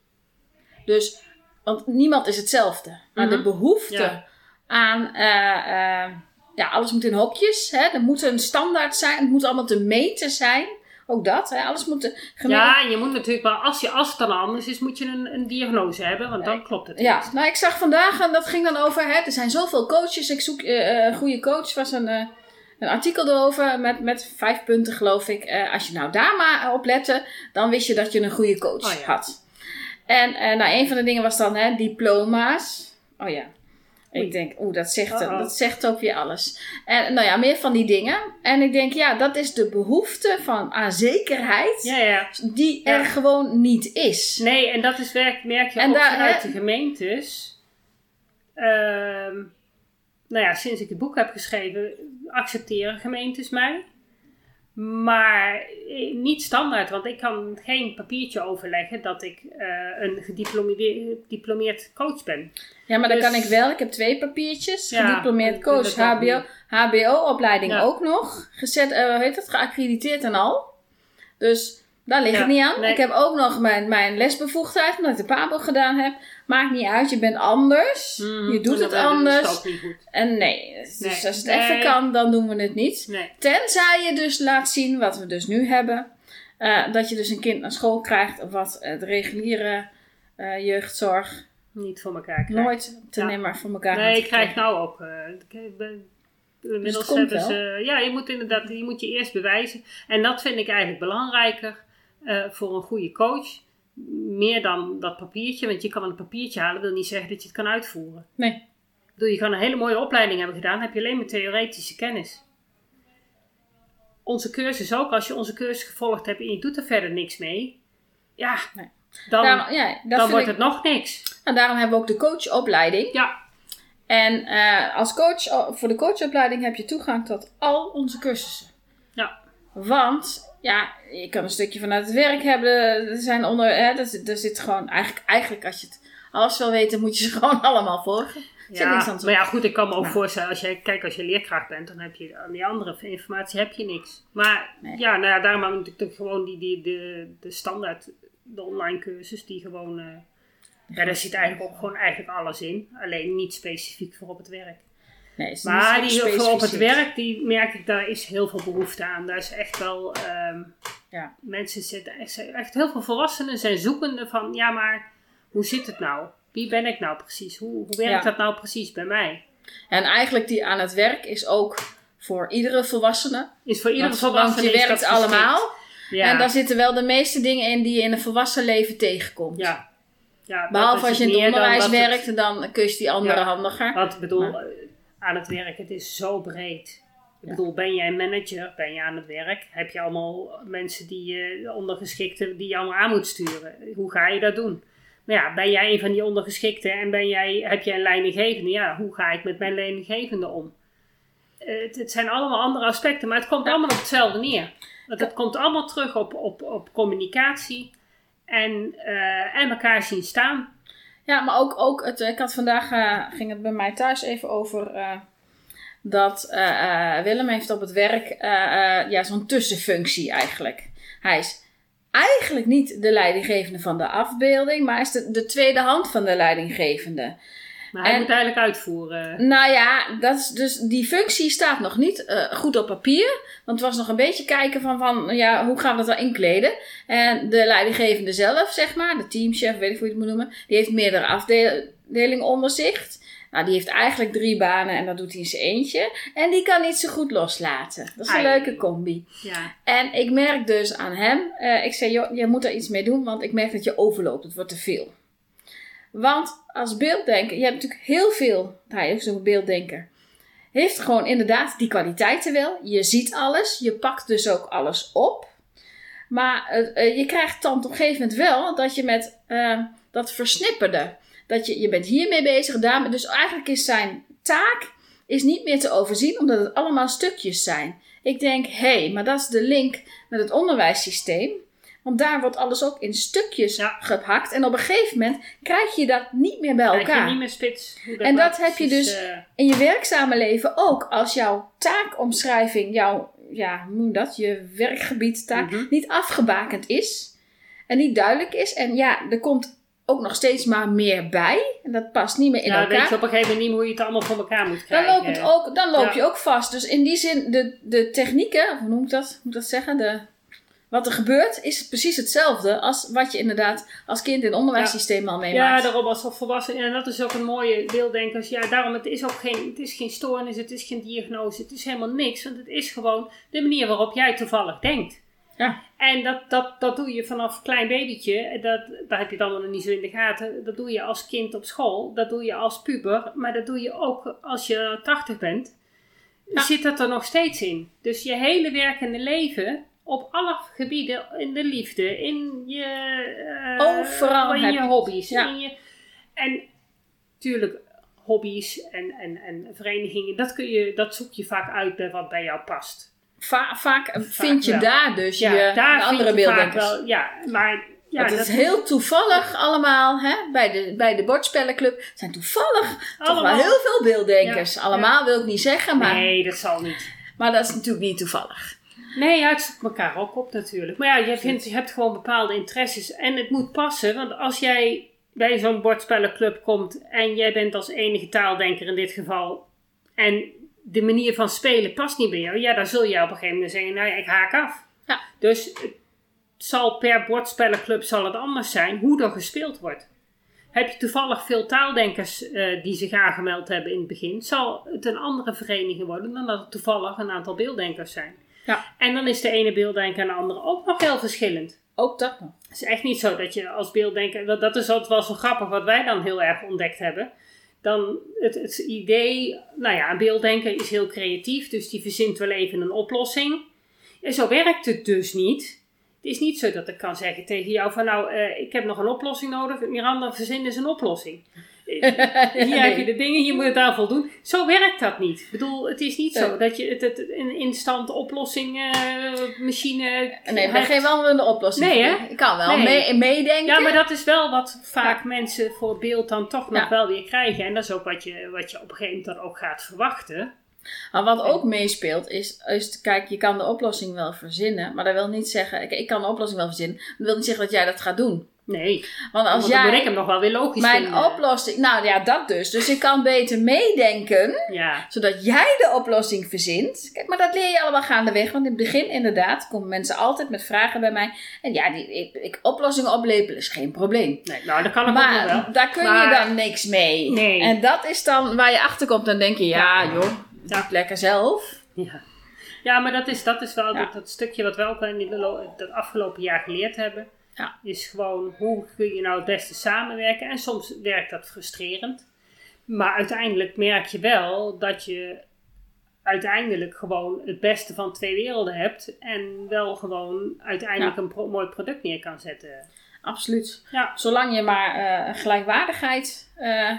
Dus, want niemand is hetzelfde. Maar Mhm. de behoefte Ja. aan, eh, eh, ja, alles moet in hokjes. Hè? Er moet een standaard zijn. Het moet allemaal te meten zijn. Ook dat, hè? Alles moet te- gemiddeld. Ja, en je moet natuurlijk wel, als, je, als het dan anders is, moet je een, een diagnose hebben, want dan klopt het. Ja, nou ik zag vandaag, en dat ging dan over, hè, er zijn zoveel coaches. Ik zoek eh, een goede coach, was een, eh, een artikel erover met, met vijf punten geloof ik. Eh, als je nou daar maar op lette, dan wist je dat je een goede coach Oh ja. had. En eh, nou, een van de dingen was dan hè, diploma's. Oh ja. Oei. Ik denk, oeh, dat zegt, Uh-oh. dat zegt ook weer alles. En nou ja, meer van die dingen. En ik denk, ja, dat is de behoefte van aan zekerheid, Ja, ja. die Ja. er gewoon niet is. Nee, en dat is werk, merk je En ook daar, vanuit hè? de gemeentes. Ehm, nou ja, sinds ik het boek heb geschreven, accepteren gemeentes mij. Maar eh, niet standaard, want ik kan geen papiertje overleggen dat ik eh, een gediplomeerd gediplomeerd coach ben. Ja, maar dat Dus- kan ik wel. Ik heb twee papiertjes. Ja, Gediplomeerd dat- coach, dat H ook B O, niet. H B O-opleiding Ja. ook nog. Gezet, eh, hoe heet het? Geaccrediteerd en al. Dus daar ligt Ja, het niet aan. nee. Ik heb ook nog mijn, mijn lesbevoegdheid, omdat ik de P A B O gedaan heb. Maakt niet uit, je bent anders. Mhm, je doet en het dat- dat anders. is ook niet goed. En nee, dus Nee. als het Nee. even kan, dan doen we het niet. Nee. Tenzij je dus laat zien, wat we dus nu hebben. eh, dat je dus een kind naar school krijgt. Wat eh, de reguliere eh, jeugdzorg Niet voor elkaar krijgen. nooit te Ja. nemen voor elkaar Nee, gaat ik krijg krijgen. nou ook. eh, ik ben- inmiddels Dus komt hebben ze. Ja, je moet inderdaad, je moet je eerst bewijzen. En dat vind ik eigenlijk belangrijker eh, voor een goede coach. Meer dan dat papiertje. Want je kan een papiertje halen, wil niet zeggen dat je het kan uitvoeren. Nee. Ik bedoel, je kan een hele mooie opleiding hebben gedaan, heb je alleen maar theoretische kennis. Onze cursus ook, als je onze cursus gevolgd hebt en je doet er verder niks mee. Ja, Nee. dan, daarom, ja, dat dan wordt ik, het nog niks. En daarom hebben we ook de coachopleiding. Ja. En uh, als coach, voor de coachopleiding heb je toegang tot al onze cursussen. Ja. Want, ja, je kan een stukje vanuit het werk hebben. Er zijn onder, hè, er, zit, er zit gewoon, eigenlijk, eigenlijk als je het alles wil weten, moet je ze gewoon allemaal volgen. Ja, maar ja, goed, ik kan me ook maar. voorstellen, als je, kijk, als je leerkracht bent, dan heb je aan die andere informatie heb je niks. Maar nee. ja, nou ja, daarom hebben we natuurlijk gewoon die, die, de, de standaard, de online cursus, die gewoon, uh, ja, daar zit eigenlijk ook gewoon eigenlijk alles in. Alleen niet specifiek voor op het werk. Nee, is maar die voor op het werk, die merk ik, daar is heel veel behoefte aan. Daar is echt wel, um, ja. mensen zitten, echt heel veel volwassenen zijn zoekende van, ja, maar hoe zit het nou? Wie ben ik nou precies? Hoe, hoe werkt ja. dat nou precies bij mij? En eigenlijk die aan het werk is ook voor iedere volwassene. Is voor iedere volwassene. Want je werkt allemaal. Ja. En daar zitten wel de meeste dingen in die je in een volwassen leven tegenkomt. Ja. Ja, behalve als je in het onderwijs dan werkt, het, dan kus je die andere ja, handiger. Want ik bedoel, maar. aan het werk, het is zo breed. Ik ja. bedoel, ben jij manager, ben je aan het werk? Heb je allemaal mensen die je ondergeschikten, die je allemaal aan moet sturen? Hoe ga je dat doen? Maar ja, ben jij een van die ondergeschikten en ben jij, heb jij een leidinggevende? Ja, hoe ga ik met mijn leidinggevende om? Uh, het, het zijn allemaal andere aspecten, maar het komt ja. allemaal op hetzelfde neer. Want het komt allemaal terug op, op, op communicatie en, uh, en elkaar zien staan. Ja, maar ook, ook het, ik had vandaag, uh, ging het bij mij thuis even over uh, dat uh, uh, Willem heeft op het werk uh, uh, ja, zo'n tussenfunctie eigenlijk. Hij is eigenlijk niet de leidinggevende van de afbeelding, maar is de, de tweede hand van de leidinggevende. Maar hij en, moet eigenlijk uitvoeren. Nou ja, dat is dus, die functie staat nog niet uh, goed op papier. Want het was nog een beetje kijken van, van ja, hoe gaan we dat dan inkleden? En de leidinggevende zelf, zeg maar, de teamchef, weet ik hoe je het moet noemen, die heeft meerdere afdelingen onder zich. Nou, die heeft eigenlijk drie banen en dat doet hij in zijn eentje. En die kan niet zo goed loslaten. Dat is een Ai. leuke combi. Ja. En ik merk dus aan hem, uh, ik zei, joh, je moet er iets mee doen, want ik merk dat je overloopt. Het wordt te veel. Want als beelddenker, je hebt natuurlijk heel veel, hij is zo'n beelddenker, heeft gewoon inderdaad die kwaliteiten wel. Je ziet alles, je pakt dus ook alles op. Maar uh, je krijgt dan op een gegeven moment wel dat je met uh, dat versnipperde, dat je, je bent hiermee bezig, daarmee, dus eigenlijk is zijn taak is niet meer te overzien, omdat het allemaal stukjes zijn. Ik denk, hé, hey, maar dat is de link met het onderwijssysteem. Want daar wordt alles ook in stukjes ja. gehakt. En op een gegeven moment krijg je dat niet meer bij elkaar. Krijg je niet meer spits. Dat en dat heb je dus uh... in je werkzame leven ook. Als jouw taakomschrijving, jouw, ja, hoe noem je dat? Je werkgebied, taak, mm-hmm. niet afgebakend is. En niet duidelijk is. En ja, er komt ook nog steeds maar meer bij. En dat past niet meer in ja, elkaar. Ja, weet je op een gegeven moment niet hoe je het allemaal voor elkaar moet krijgen. Dan, loopt het ook, dan loop ja. je ook vast. Dus in die zin, de, de technieken, hoe noem ik dat? Moet ik dat zeggen? De... Wat er gebeurt is precies hetzelfde als wat je inderdaad als kind in het onderwijssysteem ja. al meemaakt. Ja, daarom als volwassenen. En dat is ook een mooie beelddenkers. Ja, daarom het is ook geen, het is geen stoornis, het is geen diagnose, het is helemaal niks. Want het is gewoon de manier waarop jij toevallig denkt. Ja. En dat, dat, dat doe je vanaf klein babytje. Dat, daar heb je het allemaal nog niet zo in de gaten. Dat doe je als kind op school. Dat doe je als puber. Maar dat doe je ook als je tachtig bent. Ja. Zit dat er nog steeds in. Dus je hele werkende leven... Op alle gebieden, in de liefde, in je, uh, Overal in je hobby's. Ja. In je, en tuurlijk, hobby's en, en, en verenigingen, dat, kun je, dat zoek je vaak uit bij wat bij jou past. Va- vaak, vaak vind je wel. daar dus ja, je daar de andere beelddenkers. Wel, ja, maar... Ja, het dat is heel toevallig allemaal, hè, bij de, bij de bordspellenclub zijn toevallig allemaal. toch wel heel veel beelddenkers. Ja, allemaal ja. wil ik niet zeggen, maar... Nee, dat zal niet. Maar dat is natuurlijk niet toevallig. Nee, ja, het zoekt elkaar ook op natuurlijk. Maar ja, je, vindt, je hebt gewoon bepaalde interesses. En het moet passen. Want als jij bij zo'n bordspellenclub komt... en jij bent als enige taaldenker in dit geval... en de manier van spelen past niet bij jou... ja, dan zul je op een gegeven moment zeggen... nou ja, ik haak af. Ja. Dus het zal per bordspellenclub zal het anders zijn... hoe er gespeeld wordt. Heb je toevallig veel taaldenkers uh, die zich aangemeld hebben in het begin... zal het een andere vereniging worden... dan dat het toevallig een aantal beelddenkers zijn... Ja. En dan is de ene beelddenker en de andere ook nog heel verschillend. Ook dat nog. Het is echt niet zo dat je als beelddenker... Dat, dat is altijd wel zo grappig wat wij dan heel erg ontdekt hebben. Dan het, het idee... Nou ja, een beelddenker is heel creatief. Dus die verzint wel even een oplossing. En zo werkt het dus niet. is niet zo dat ik kan zeggen tegen jou van nou, uh, ik heb nog een oplossing nodig. Miranda, verzin eens een oplossing. Hier ja, nee. heb je de dingen, je moet het aan voldoen. Zo werkt dat niet. Ik bedoel, het is niet zo dat je het, het een instant oplossing uh, machine... Nee, we geven wel een oplossing. Nee, hè? Ik kan wel nee. mee, meedenken. Ja, maar dat is wel wat vaak ja. mensen voor beeld dan toch nog ja. wel weer krijgen. En dat is ook wat je, wat je op een gegeven moment dan ook gaat verwachten. Maar wat ook meespeelt is, is, kijk, je kan de oplossing wel verzinnen. Maar dat wil niet zeggen, ik, ik kan de oplossing wel verzinnen. Dat wil niet zeggen dat jij dat gaat doen. Nee, want als want jij, dan moet ik hem nog wel weer logisch mijn vinden. oplossing, nou ja, dat dus. Dus ik kan beter meedenken, ja. zodat jij de oplossing verzint. Kijk, maar dat leer je allemaal gaandeweg. Want in het begin inderdaad komen mensen altijd met vragen bij mij. En ja, die, ik, ik, oplossingen oplepelen is geen probleem. Nee, nou, dat kan ik maar ook nog wel. daar kun maar, je dan niks mee. Nee. En dat is dan waar je achter komt. Dan denk je, ja, ja. joh, doe het lekker zelf. Ja. Ja, maar dat is, dat is wel ja. dat, dat stukje wat we ook in het afgelopen jaar geleerd hebben. Ja. Is gewoon, hoe kun je nou het beste samenwerken? En soms werkt dat frustrerend. Maar uiteindelijk merk je wel dat je uiteindelijk gewoon het beste van twee werelden hebt. En wel gewoon uiteindelijk ja. een pro- mooi product neer kan zetten. Absoluut. Ja. Zolang je maar uh, gelijkwaardigheid... Uh,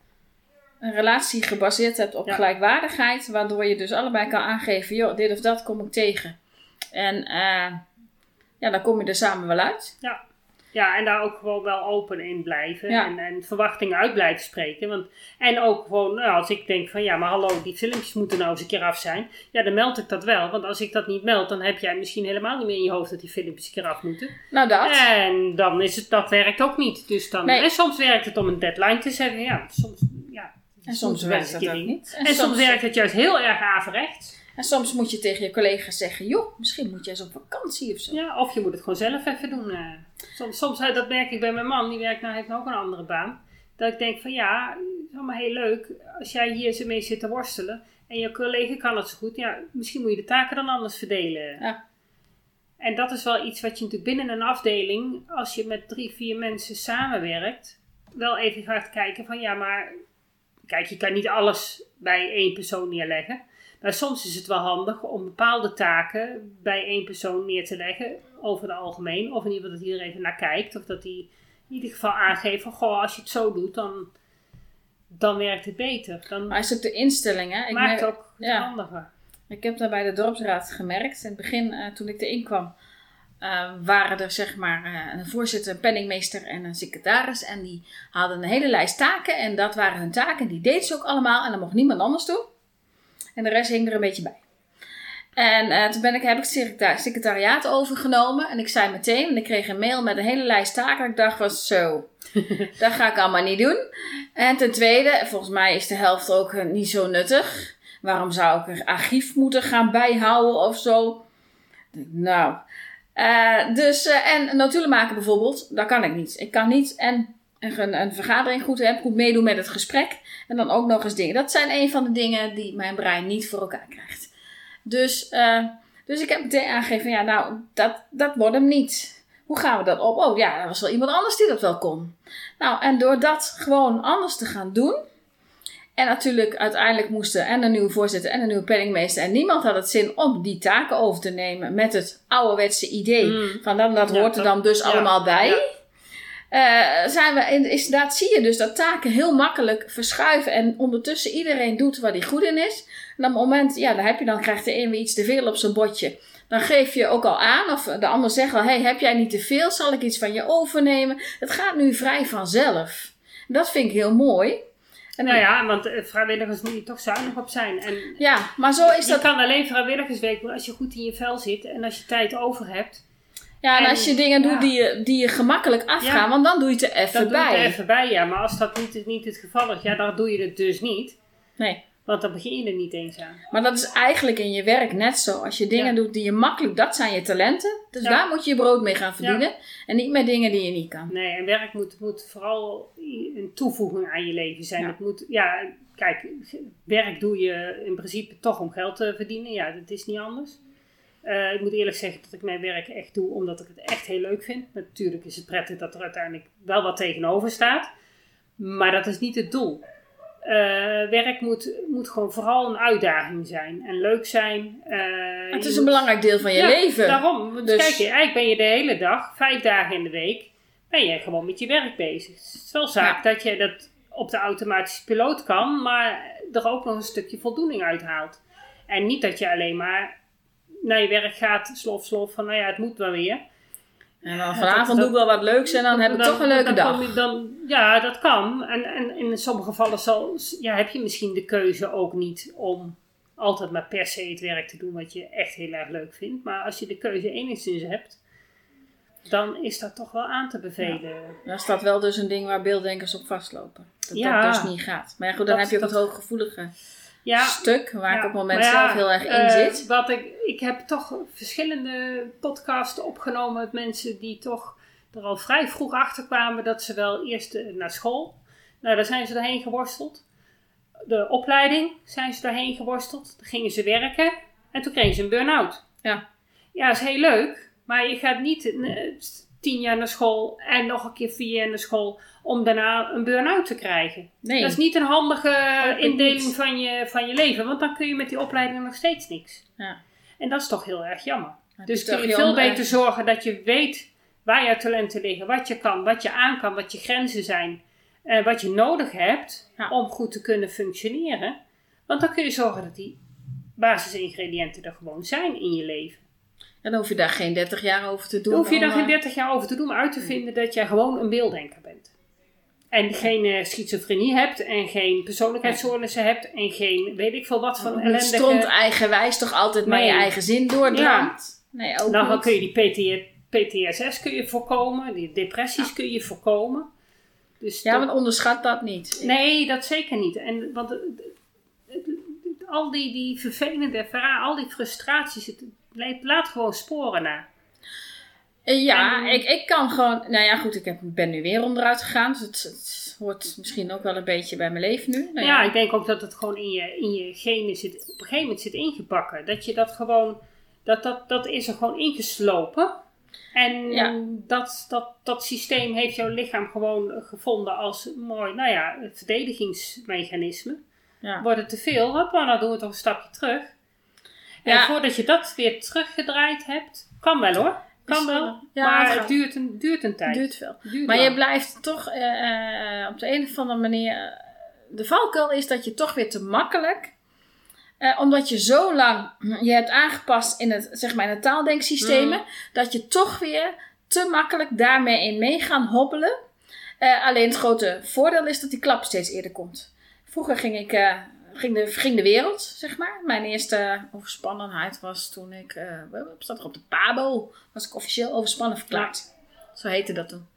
een relatie gebaseerd hebt op ja. gelijkwaardigheid. Waardoor je dus allebei kan aangeven, joh, dit of dat kom ik tegen. En uh, ja, dan kom je er samen wel uit. Ja, ja en daar ook gewoon wel open in blijven. Ja. En, en verwachtingen uit blijven spreken. Want, en ook gewoon, nou, als ik denk van ja, maar hallo, die filmpjes moeten nou eens een keer af zijn. Ja, dan meld ik dat wel. Want als ik dat niet meld, dan heb jij misschien helemaal niet meer in je hoofd dat die filmpjes een keer af moeten. Nou, dat. En dan is het, dat werkt ook niet. Dus dan, nee. En soms werkt het om een deadline te zetten. Ja, soms, ja. En soms, soms werkt het ook niet. niet. En, en soms, soms werkt het juist heel erg averechts. En soms moet je tegen je collega's zeggen, joh, misschien moet je eens op vakantie of zo. Ja, of je moet het gewoon zelf even doen. Soms, soms dat merk ik bij mijn man, die werkt nou, heeft nou ook een andere baan. Dat ik denk van ja, het is allemaal heel leuk als jij hier mee zit te worstelen. En je collega kan het zo goed. Ja, misschien moet je de taken dan anders verdelen. Ja. En dat is wel iets wat je natuurlijk binnen een afdeling, als je met drie, vier mensen samenwerkt, wel even gaat kijken van ja, maar kijk, je kan niet alles bij één persoon neerleggen. Maar soms is het wel handig om bepaalde taken bij één persoon neer te leggen over het algemeen. Of in ieder geval dat hij er even naar kijkt. Of dat hij in ieder geval aangeeft van goh, als je het zo doet, dan, dan werkt het beter. Dan maar is ook de instelling, hè? Ik maakt merk, ook het ja. handiger. Ik heb daar bij de dorpsraad gemerkt. In het begin, uh, toen ik erin kwam, uh, waren er zeg maar uh, een voorzitter, een penningmeester en een secretaris. En die hadden een hele lijst taken. En dat waren hun taken. Die deed ze ook allemaal. En dat mocht niemand anders doen. En de rest hing er een beetje bij. En uh, toen ben ik, heb ik het secretariaat overgenomen. En ik zei meteen, en ik kreeg een mail met een hele lijst taken. Ik dacht van zo, dat ga ik allemaal niet doen. En ten tweede, volgens mij is de helft ook uh, niet zo nuttig. Waarom zou ik een archief moeten gaan bijhouden of zo? Nou, uh, dus, uh, en notulen maken bijvoorbeeld, dat kan ik niet. Ik kan niet en een, een vergadering goed hebben, goed meedoen met het gesprek. En dan ook nog eens dingen. Dat zijn een van de dingen die mijn brein niet voor elkaar krijgt. Dus, uh, dus ik heb meteen aangegeven, ja nou, dat, dat wordt hem niet. Hoe gaan we dat op? Oh ja, er was wel iemand anders die dat wel kon. Nou, en door dat gewoon anders te gaan doen. En natuurlijk uiteindelijk moesten en een nieuwe voorzitter en een nieuwe penningmeester. En niemand had het zin om die taken over te nemen met het ouderwetse idee. Mm. Van dan, dat ja, hoort er dan dus ja, allemaal bij. Ja. Uh, zijn we in, is, dat zie je dus dat taken heel makkelijk verschuiven. En ondertussen iedereen doet waar hij goed in is. En op het moment, ja, dan, heb je, dan krijgt de een weer iets te veel op zijn bordje. Dan geef je ook al aan, of de ander zegt wel, hey, heb jij niet te veel? Zal ik iets van je overnemen? Het gaat nu vrij vanzelf. Dat vind ik heel mooi. En nou ja, want vrijwilligers moet je toch zuinig op zijn. En ja, maar zo is je dat. Je kan alleen vrijwilligerswerk doen als je goed in je vel zit en als je tijd over hebt. Ja, en, en als je dingen ja. doet die je, die je gemakkelijk afgaan, ja. want dan doe je het er even dan bij. Dan doe je het er even bij, ja. Maar als dat niet, niet het geval is, ja, dan doe je het dus niet. Nee. Want dan begin je er niet eens aan. Maar dat is eigenlijk in je werk net zo. Als je dingen ja. doet die je makkelijk, dat zijn je talenten. Dus ja. daar moet je je brood mee gaan verdienen. Ja. En niet met dingen die je niet kan. Nee, en werk moet, moet vooral een toevoeging aan je leven zijn. Ja. Het moet, ja, kijk, werk doe je in principe toch om geld te verdienen. Ja, dat is niet anders. Uh, ik moet eerlijk zeggen dat ik mijn werk echt doe omdat ik het echt heel leuk vind. Natuurlijk is het prettig dat er uiteindelijk wel wat tegenover staat. Maar dat is niet het doel. Uh, werk moet, moet gewoon vooral een uitdaging zijn. En leuk zijn. Uh, het is een moet... belangrijk deel van je ja, leven. Daarom. Dus... Kijk, eigenlijk ben je de hele dag, vijf dagen in de week, ben je gewoon met je werk bezig. Het is wel zaak ja. dat je dat op de automatische piloot kan, maar er ook nog een stukje voldoening uithaalt. En niet dat je alleen maar naar je werk gaat, slof, slof, van nou ja, het moet wel weer. En dan vanavond dat, doe ik wel wat leuks en dan heb ik dan, toch een leuke dan dag. Je dan, ja, dat kan. En, en in sommige gevallen zal, ja, heb je misschien de keuze ook niet om altijd maar per se het werk te doen wat je echt heel erg leuk vindt. Maar als je de keuze enigszins hebt, dan is dat toch wel aan te bevelen. Ja. Dan staat wel dus een ding waar beelddenkers op vastlopen. Dat ja, dat dus niet gaat. Maar ja, goed, dan dat, heb je ook dat, het hooggevoelige ja, stuk waar ja, ik op het moment ja, zelf heel erg in uh, zit. Wat ik, ik heb toch verschillende podcasts opgenomen met mensen die toch er al vrij vroeg achter kwamen dat ze wel eerst uh, naar school. Nou, daar zijn ze doorheen geworsteld. De opleiding zijn ze doorheen geworsteld. Dan gingen ze werken en toen kregen ze een burn-out. Ja, ja, dat is heel leuk. Maar je gaat niet uh, tien jaar naar school en nog een keer vier jaar naar school om daarna een burn-out te krijgen. Nee. Dat is niet een handige Ook indeling van je, van je leven. Want dan kun je met die opleiding nog steeds niks. Ja. En dat is toch heel erg jammer. Ja, dus kun je veel beter zorgen dat je weet waar jouw talenten liggen. Wat je kan, wat je aan kan, wat je grenzen zijn. Uh, wat je nodig hebt ja. om goed te kunnen functioneren. Want dan kun je zorgen dat die basisingrediënten er gewoon zijn in je leven. En dan hoef je daar geen dertig jaar over te doen. Dan hoef je daar geen dertig jaar over te doen, maar uit te vinden dat jij gewoon een beelddenker bent. En geen uh, schizofrenie hebt en geen persoonlijkheidsstoornissen hebt en geen weet ik veel wat van ellende. Niet stront eigenwijs toch altijd nee. maar je eigen zin doordraamt. Ja. Nee, ook nou, dan niet. kun je die P T S S kun je voorkomen, die depressies ja. kun je voorkomen. Dus ja, maar onderschat dat niet. Nee, dat zeker niet. En, want het, het, het, al die, die vervelende verhalen, al die frustraties, het laat gewoon sporen na. Ja, en, ik, ik kan gewoon... Nou ja, goed, ik heb, ben nu weer onderuit gegaan. Dus het, het hoort misschien ook wel een beetje bij mijn leven nu. Nou ja, ja, ik denk ook dat het gewoon in je, in je genen zit, op een gegeven moment zit ingebakken. Dat je dat gewoon... Dat, dat, dat is er gewoon ingeslopen. En ja. dat, dat, dat systeem heeft jouw lichaam gewoon gevonden als mooi, nou ja, verdedigingsmechanisme. Ja. Wordt het te veel, hoppa, dan doen we toch een stapje terug. En ja. voordat je dat weer teruggedraaid hebt, kan wel hoor. Kan wel, ja, maar het, het duurt een, duurt een tijd. Duurt veel. Duurt maar lang. Je blijft toch uh, uh, op de een of andere manier... Uh, de valkuil is dat je toch weer te makkelijk... Uh, omdat je zo lang je hebt aangepast in het, zeg maar in het taaldenksystemen... Mm. dat je toch weer te makkelijk daarmee in mee gaan hobbelen. Uh, alleen het grote voordeel is dat die klap steeds eerder komt. Vroeger ging ik... Uh, Ging de, ging de wereld, zeg maar. Mijn eerste overspannenheid was toen ik... Uh, staat er op de Pabo. Was ik officieel overspannen verklaard. Ja. Zo heette dat toen.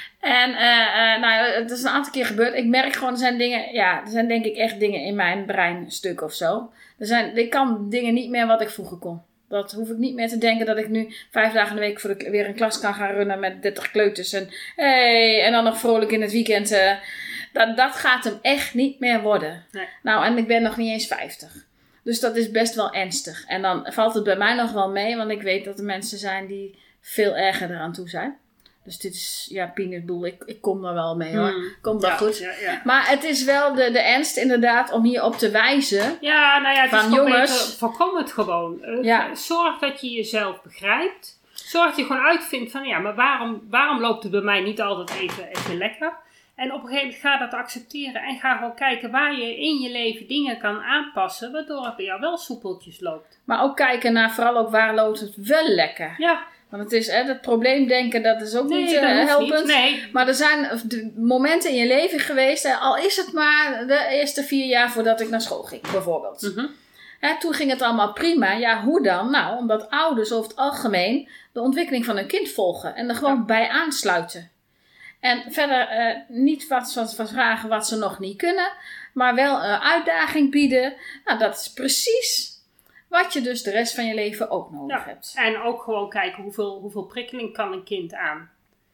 En uh, uh, nou, het is een aantal keer gebeurd. Ik merk gewoon, er zijn dingen... Ja, er zijn denk ik echt dingen in mijn brein stuk of zo. Er zijn, ik kan dingen niet meer wat ik vroeger kon. Dat hoef ik niet meer te denken dat ik nu vijf dagen in de week voor de, weer een klas kan gaan runnen met dertig kleuters. En, hey, en dan nog vrolijk in het weekend... Uh, Dat, dat gaat hem echt niet meer worden. Nee. Nou, en ik ben nog niet eens vijftig. Dus dat is best wel ernstig. En dan valt het bij mij nog wel mee. Want ik weet dat er mensen zijn die veel erger eraan toe zijn. Dus dit is, ja, peanutboel. Ik, ik kom er wel mee hoor. Mm. Komt wel ja, goed. Ja, ja. Maar het is wel de, de ernst inderdaad om hierop te wijzen. Ja, nou ja, het van is jongens. Beter, voorkom het gewoon. Uh, ja. Zorg dat je jezelf begrijpt. Zorg dat je gewoon uitvindt van ja, maar waarom, waarom loopt het bij mij niet altijd even, even lekker? En op een gegeven moment ga dat accepteren en ga gewoon kijken waar je in je leven dingen kan aanpassen, waardoor het bij jou wel soepeltjes loopt. Maar ook kijken naar vooral ook waar loopt het wel lekker. Ja. Want het is, hè, het probleemdenken, dat is ook nee, niet uh, helpend. Niet, nee. Maar er zijn de momenten in je leven geweest, hè, al is het maar de eerste vier jaar voordat ik naar school ging, bijvoorbeeld. Mm-hmm. Hè, toen ging het allemaal prima. Ja, hoe dan? Nou, omdat ouders over het algemeen de ontwikkeling van hun kind volgen en er gewoon ja. bij aansluiten. En verder uh, niet wat, wat, wat vragen wat ze nog niet kunnen, maar wel uh, uitdaging bieden. Nou, dat is precies wat je dus de rest van je leven ook nodig ja, hebt. En ook gewoon kijken hoeveel, hoeveel prikkeling kan een kind aan.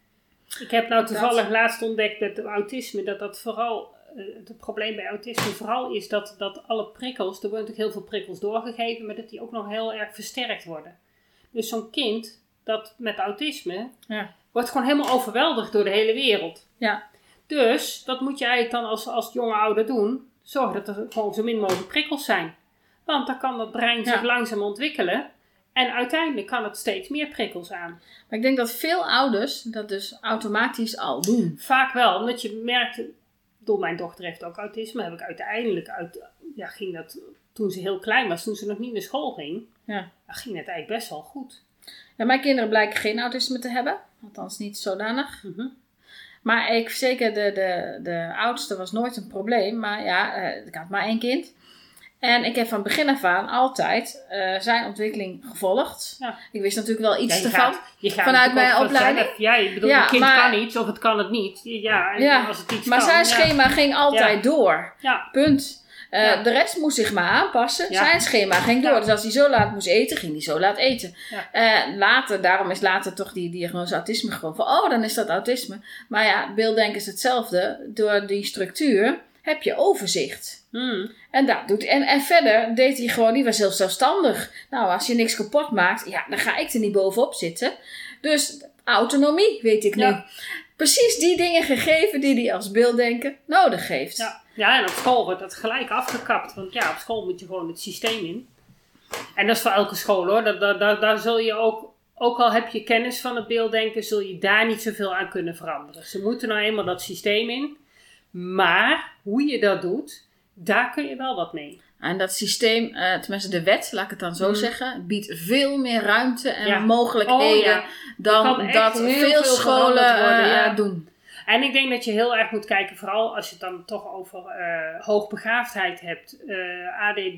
Ik heb nou toevallig dat... laatst ontdekt dat autisme, dat dat vooral, uh, het probleem bij autisme vooral is dat, dat alle prikkels, er worden natuurlijk heel veel prikkels doorgegeven, maar dat die ook nog heel erg versterkt worden. Dus zo'n kind dat met autisme... Ja. wordt gewoon helemaal overweldigd door de hele wereld. Ja. Dus, dat moet je eigenlijk dan als, als jonge ouder doen. zorg dat er gewoon zo min mogelijk prikkels zijn. Want dan kan dat brein zich Ja. langzaam ontwikkelen. En uiteindelijk kan het steeds meer prikkels aan. Maar ik denk dat veel ouders dat dus automatisch al doen. Vaak wel, omdat je merkt... Door mijn dochter heeft ook autisme. Heb ik uiteindelijk... Uit, ja, ging dat toen ze heel klein was. Toen ze nog niet naar school ging. Ja. Dan ging het eigenlijk best wel goed. Ja, mijn kinderen blijken geen autisme te hebben. Althans niet zodanig. Mm-hmm. Maar ik, zeker de, de, de oudste was nooit een probleem. Maar ja, uh, ik had maar één kind. En ik heb van begin af aan altijd uh, zijn ontwikkeling gevolgd. Ja. Ik wist natuurlijk wel iets Ja, je ervan. gaat, je gaat vanuit mijn ook opleiding. Zelf, ja, je bedoelt, Ja, een kind maar- kan iets of het kan het niet. Ja, en Ja, als het iets Maar kan. zijn ja. schema ging altijd Ja. door. Ja, Punt. Uh, Ja. De rest moest zich maar aanpassen. Ja. Zijn schema ging door. Ja. Dus als hij zo laat moest eten, ging hij zo laat eten. Ja. Uh, later, daarom is later toch die diagnose autisme gewoon van, oh, dan is dat autisme. Maar ja, beelddenken is hetzelfde. Door die structuur heb je overzicht. hmm. En, dat doet, en, en verder deed hij gewoon, die was heel zelfstandig. Nou, als je niks kapot maakt, ja, dan ga ik er niet bovenop zitten. Dus autonomie, weet ik nu. Ja. Precies die dingen gegeven die hij als beelddenker nodig heeft. Ja. ja, en op school wordt dat gelijk afgekapt. Want ja, op school moet je gewoon het systeem in. En dat is voor elke school hoor. Daar, daar, daar, daar zul je ook, ook al heb je kennis van het beelddenken, zul je daar niet zoveel aan kunnen veranderen. Ze moeten nou eenmaal dat systeem in. Maar hoe je dat doet, daar kun je wel wat mee. En dat systeem, uh, tenminste de wet, laat ik het dan zo Mm. zeggen, biedt veel meer ruimte en Ja. mogelijkheden Oh, ja. dan kan echt dat heel veel veel scholen veranderd worden, uh, ja. doen. En ik denk dat je heel erg moet kijken, vooral als je het dan toch over uh, hoogbegaafdheid hebt, uh, A D D,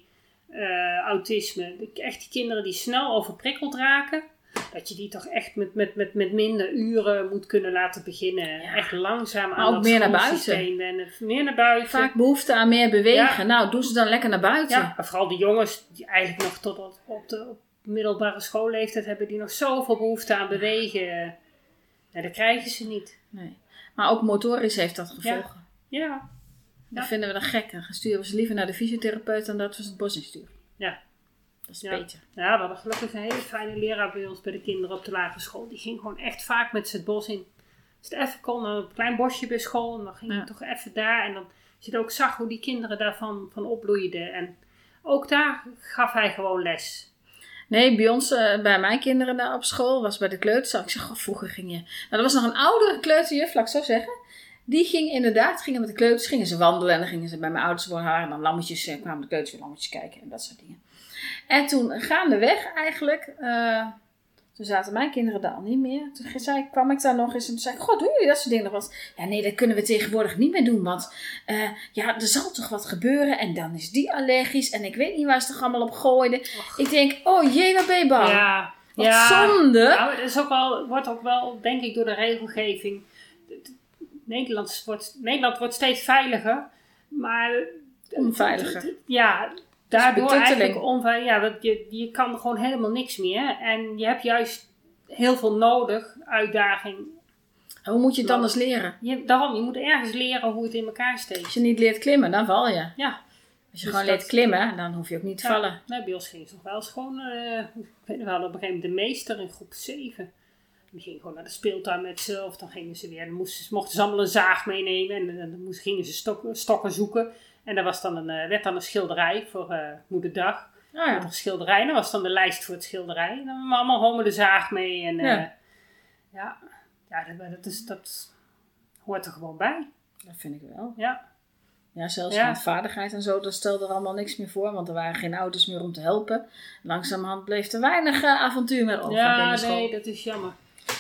uh, autisme. Echt die kinderen die snel overprikkeld raken, dat je die toch echt met, met, met, met minder uren moet kunnen laten beginnen. Ja. Echt langzaam Maar aan ook dat meer naar schoolsysteem wennen. Meer naar buiten. Vaak behoefte aan meer bewegen. Ja. Nou, doen ze dan lekker naar buiten. Ja, maar vooral die jongens die eigenlijk nog tot op, op de op middelbare schoolleeftijd hebben, die nog zoveel behoefte aan bewegen. Nou, dat krijgen ze niet. Nee. Maar ook motorisch heeft dat gevolgen. Ja. Dat Ja. vinden we dan gek. Dan sturen we ze liever naar de fysiotherapeut dan dat we ze het bos insturen. Ja. Dat is Ja. beter. Ja, we hadden gelukkig een hele fijne leraar bij ons, bij de kinderen op de lagere school. Die ging gewoon echt vaak met ze het bos in. Als het even kon, dan een klein bosje bij school. En dan ging je Ja. toch even daar. En dan als je ook zag hoe die kinderen daarvan van opbloeiden. En ook daar gaf hij gewoon les. Nee, bij ons, uh, bij mijn kinderen daar op school, was bij de kleuters. Ik zeg, oh, vroeger ging je... Nou, er was nog een oudere kleuterjuf, laat ik zo zeggen. Die ging inderdaad, gingen met de kleuters, gingen ze wandelen. En dan gingen ze bij mijn ouders wonen haar. En dan lammetjes, uh, kwamen de kleuters weer lammetjes kijken en dat soort dingen. En toen gaandeweg eigenlijk, uh, toen zaten mijn kinderen daar al niet meer. Toen zei, kwam ik daar nog eens en toen zei ik, goh, doen jullie dat soort dingen nog wat? Ja, nee, dat kunnen we tegenwoordig niet meer doen, want uh, ja, er zal toch wat gebeuren en dan is die allergisch en ik weet niet waar ze toch allemaal op gooiden. Och. Ik denk, oh jee, wat ben je bang? Ja, wat ja. zonde. Nou, het is ook wel, wordt ook wel, denk ik, door de regelgeving. Nederland wordt, Nederland wordt steeds veiliger, maar... Onveiliger. Ja, daardoor eigenlijk onveilig. Ja, want je, je kan gewoon helemaal niks meer. En je hebt juist heel veel nodig, uitdaging. Hoe moet je het anders leren? Je, daarom, je moet ergens leren hoe het in elkaar steekt. Als je niet leert klimmen, dan val je. Ja. Als je Dus gewoon dat, leert klimmen, dan hoef je ook niet te ja, vallen. Nee, bij ons ging het nog wel eens gewoon... Uh, ik weet nog wel, op een gegeven moment de meester in groep zeven. Die ging gewoon naar de speeltuin met ze. Of dan gingen ze weer... Dan moesten, mochten ze allemaal een zaag meenemen. En dan moesten, gingen ze stok, stokken zoeken. En daar was dan een, uh, werd dan een schilderij voor uh, moederdag. Oh ja. Een schilderij. En dat was dan de lijst voor het schilderij. En dan hebben we allemaal gewoon met de zaag mee. En uh, ja, ja, ja dat, dat, is, dat hoort er gewoon bij. Dat vind ik wel. Ja. Ja, zelfs Ja. met vaardigheid en zo, dat stelde er allemaal niks meer voor. Want er waren geen ouders meer om te helpen. Langzamerhand bleef er weinig uh, avontuur meer over Ja, binnen school. nee, dat is jammer.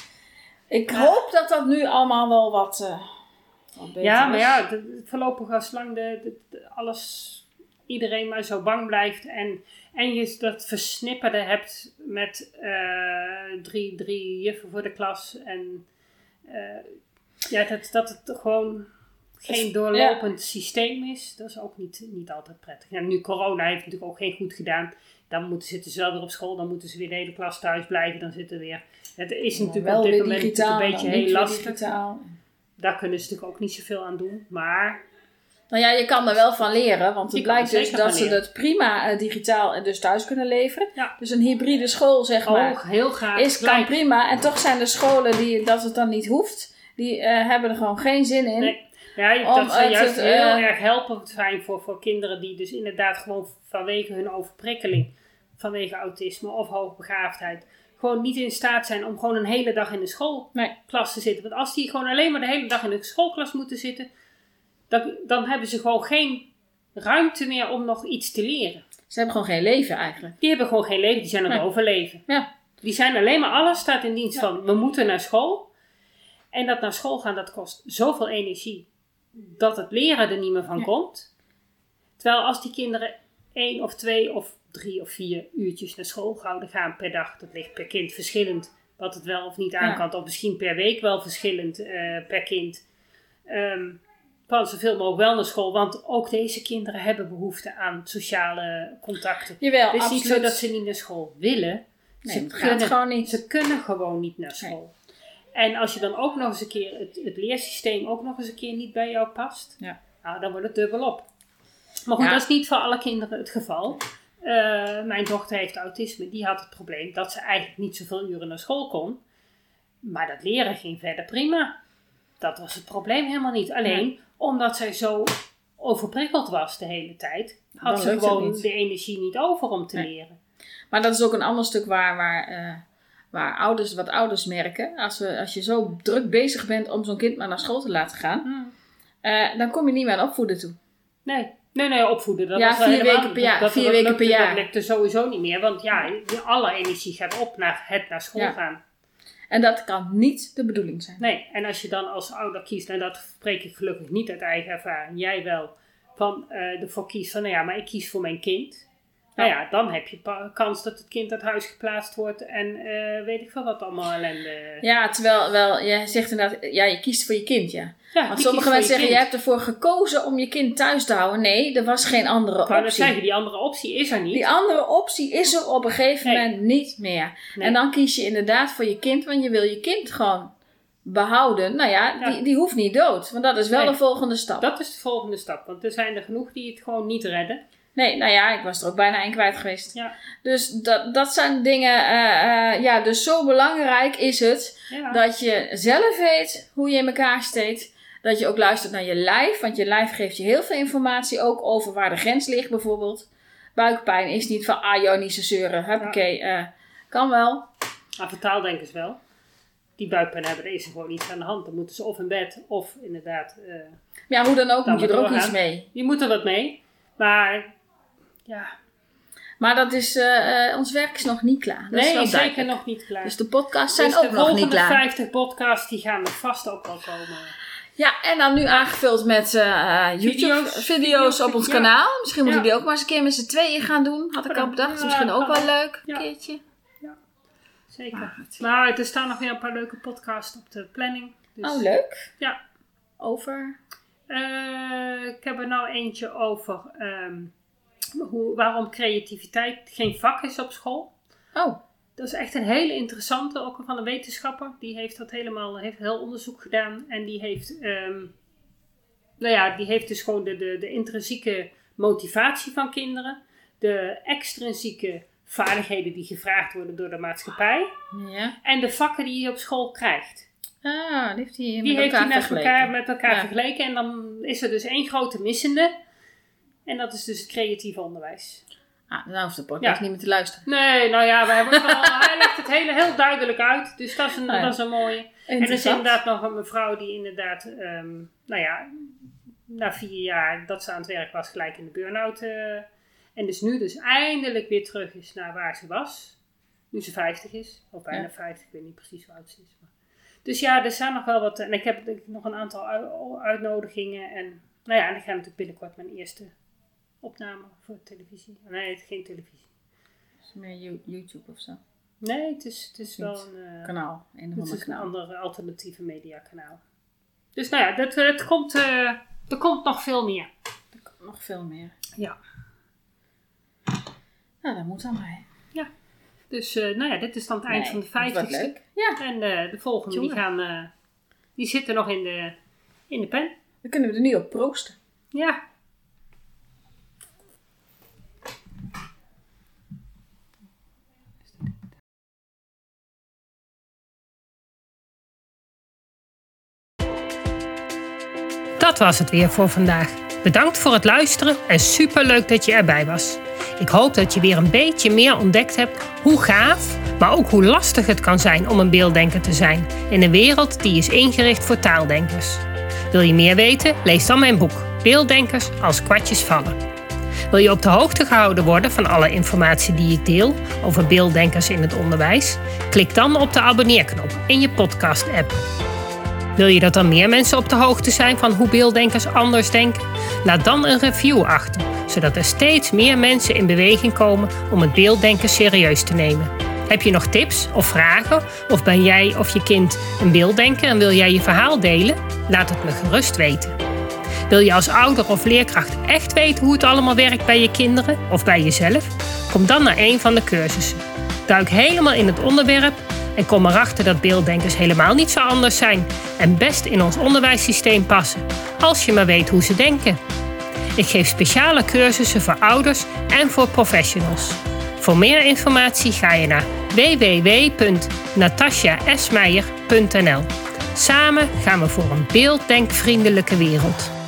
Ik Ja. hoop dat dat nu allemaal wel wat, uh, wat beter Ja, maar is. ja, de, voorlopig als lang de, de, de- alles, iedereen maar zo bang blijft en, en je dat versnipperde hebt met uh, drie, drie juffen voor de klas en uh, ja, dat, dat het gewoon geen doorlopend ja. systeem is, dat is ook niet, niet altijd prettig. Ja, nu corona heeft natuurlijk ook geen goed gedaan. Dan moeten, zitten ze wel weer op school, dan moeten ze weer de hele klas thuis blijven, dan zitten weer... Het is Ja, natuurlijk wel op dit weer moment digitaal, een beetje dan heel niet weer lastig. digitaal. Daar kunnen ze natuurlijk ook niet zoveel aan doen, maar... Nou ja, je kan er wel van leren, want het Je kan blijkt er dus zeker dat van ze leren. dat prima uh, digitaal en dus thuis kunnen leveren. Ja. Dus een hybride school, zeg maar, Oh, heel graag. is kan Gelijk. prima. En toch zijn er scholen die dat het dan niet hoeft. Die uh, hebben er gewoon geen zin in. Nee. Ja, Om dat zou het, juist uh, heel erg helpend zijn voor, voor kinderen die dus inderdaad gewoon vanwege hun overprikkeling, vanwege autisme of hoogbegaafdheid, gewoon niet in staat zijn om gewoon een hele dag in de schoolklas Nee. te zitten. Want als die gewoon alleen maar de hele dag in de schoolklas moeten zitten, dan, dan hebben ze gewoon geen ruimte meer om nog iets te leren. Ze hebben gewoon geen leven eigenlijk. Die hebben gewoon geen leven, die zijn aan het Nee. overleven. Ja. Die zijn alleen maar, alles staat in dienst Ja. van, we moeten naar school. En dat naar school gaan, dat kost zoveel energie, dat het leren er niet meer van Ja. komt. Terwijl als die kinderen één of twee of drie of vier uurtjes naar school zouden gaan per dag, dat ligt per kind verschillend, wat het wel of niet aan Ja. kan. Of misschien per week wel verschillend uh, per kind. Um, van zoveel mogelijk wel naar school, want ook deze kinderen hebben behoefte aan sociale contacten. Jawel, Het is absoluut. niet zo dat ze niet naar school willen. Nee, ze, dat kunnen, gaat gewoon niet. ze kunnen gewoon niet naar school. Nee. En als je dan ook nog eens een keer het, het leersysteem ook nog eens een keer niet bij jou past, Ja. nou, dan wordt het dubbel op. Maar goed, Ja. dat is niet voor alle kinderen het geval. Uh, mijn dochter heeft autisme, die had het probleem dat ze eigenlijk niet zoveel uren naar school kon. Maar dat leren ging verder prima. Dat was het probleem helemaal niet. Alleen nee. omdat zij zo overprikkeld was de hele tijd, had Dan ze gewoon niet. de energie niet over om te nee. leren. Maar dat is ook een ander stuk waar, waar, uh, waar ouders, wat ouders merken. Als, we, als je zo druk bezig bent om zo'n kind maar naar school te laten gaan, hmm. uh, dan kom je niet meer aan opvoeden toe. Nee. Nee, nee, opvoeden. Dat ja, was vier weken per jaar. Dat, vier dat, weken dat, per dat, jaar. Dat lukte sowieso niet meer. Want ja, alle energie gaat op naar het naar school ja. gaan. En dat kan niet de bedoeling zijn. Nee, en als je dan als ouder kiest, en dat spreek ik gelukkig niet uit eigen ervaring, jij wel, van uh, ervoor kiest van, nou ja, maar ik kies voor mijn kind. Nou ja, dan heb je pa- kans dat het kind uit huis geplaatst wordt en uh, weet ik veel wat allemaal ellende. Ja, terwijl wel, je zegt inderdaad, ja, je kiest voor je kind, ja. ja Want sommige mensen zeggen, kind. je hebt ervoor gekozen om je kind thuis te houden. Nee, er was geen andere optie. Maar dan zeggen, die andere optie is er niet. Die andere optie is er op een gegeven nee. moment niet meer. Nee. En dan kies je inderdaad voor je kind, want je wil je kind gewoon behouden. Nou ja, ja. Die, die hoeft niet dood, want dat is wel nee. de volgende stap. Dat is de volgende stap, want er zijn er genoeg die het gewoon niet redden. Nee, nou ja, ik was er ook bijna één kwijt geweest. Ja. Dus dat, dat zijn dingen, uh, uh, ja, dus zo belangrijk is het ja. dat je zelf weet hoe je in elkaar steekt. Dat je ook luistert naar je lijf, want je lijf geeft je heel veel informatie ook over waar de grens ligt bijvoorbeeld. Buikpijn is niet van, ah joh, niet zo zeuren, huppakee, ja. uh, kan wel. Maar vertaaldenkers wel. Die buikpijn hebben, er is er gewoon iets aan de hand. Dan moeten ze of in bed of inderdaad... Uh, ja, hoe dan ook, dan moet je er ook iets mee. Je moet er wat mee, maar... Ja. Maar dat is, uh, uh, ons werk is nog niet klaar. Dat nee, is wel zeker duidelijk. nog niet klaar. Dus de podcasts zijn dus ook nog niet klaar. de volgende vijftig podcasts die gaan er vast ook wel komen. Ja, en dan nu aangevuld met uh, YouTube video's, video's op ons ja. kanaal. Misschien moeten we ja. die ook maar eens een keer met z'n tweeën gaan doen. Had ik al bedacht. Ja, Misschien ook wel leuk. Een ja. keertje. Ja, zeker. Maar nou, er staan nog weer een paar leuke podcasts op de planning. Dus, oh, leuk. Ja. Over? Uh, ik heb er nou eentje over... Um, Hoe, waarom creativiteit geen vak is op school. Oh. Dat is echt een hele interessante, ook van een wetenschapper. Die heeft dat helemaal, heeft heel onderzoek gedaan. En die heeft, um, nou ja, die heeft dus gewoon de, de, de intrinsieke motivatie van kinderen. De extrinsieke vaardigheden die gevraagd worden door de maatschappij. Ja. En de vakken die je op school krijgt. Ah, die heeft hij met die elkaar heeft hij met vergeleken. elkaar, met elkaar ja. vergeleken. En dan is er dus één grote missende. En dat is dus het creatief onderwijs. Ah, dan hoeft de podcast ja. niet meer te luisteren. Nee, nou ja, we hebben het wel, hij legt het hele heel duidelijk uit. Dus dat is een, ja. dat is een mooie. En er is inderdaad nog een mevrouw die inderdaad, um, nou ja, na vier jaar dat ze aan het werk was, gelijk in de burn-out. Uh, en dus nu dus eindelijk weer terug is naar waar ze was. Nu ze vijftig is. Of bijna ja. vijftig, ik weet niet precies hoe oud ze is. Maar. Dus ja, er zijn nog wel wat. En ik heb nog een aantal uitnodigingen. En nou ja, en ik ga natuurlijk binnenkort mijn eerste opname voor televisie. Nee, het is geen televisie. Is het meer YouTube of zo? Nee, het is, het is wel een... Uh, kanaal. Een het is kanaal. een ander alternatieve mediakanaal. Dus nou ja, dat, het komt, uh, er komt nog veel meer. Er komt nog veel meer. Ja. Nou, dat moet dan maar. Ja. Dus uh, nou ja, dit is dan het eind nee, van de vijftigste. Leuk. Ja. En uh, de volgende, die gaan... Uh, die zitten nog in de, in de pen. Dan kunnen we er nu op proosten. Ja. Dat was het weer voor vandaag. Bedankt voor het luisteren en superleuk dat je erbij was. Ik hoop dat je weer een beetje meer ontdekt hebt hoe gaaf, maar ook hoe lastig het kan zijn om een beelddenker te zijn in een wereld die is ingericht voor taaldenkers. Wil je meer weten? Lees dan mijn boek Beelddenkers als kwartjes vallen. Wil je op de hoogte gehouden worden van alle informatie die ik deel over beelddenkers in het onderwijs? Klik dan op de abonneerknop in je podcast-app. Wil je dat er meer mensen op de hoogte zijn van hoe beelddenkers anders denken? Laat dan een review achter, zodat er steeds meer mensen in beweging komen om het beelddenken serieus te nemen. Heb je nog tips of vragen? Of ben jij of je kind een beelddenker en wil jij je verhaal delen? Laat het me gerust weten. Wil je als ouder of leerkracht echt weten hoe het allemaal werkt bij je kinderen of bij jezelf? Kom dan naar een van de cursussen. Duik helemaal in het onderwerp en kom erachter dat beelddenkers helemaal niet zo anders zijn en best in ons onderwijssysteem passen, als je maar weet hoe ze denken. Ik geef speciale cursussen voor ouders en voor professionals. Voor meer informatie ga je naar w w w punt natasja esmeijer punt n l. Samen gaan we voor een beelddenkvriendelijke wereld.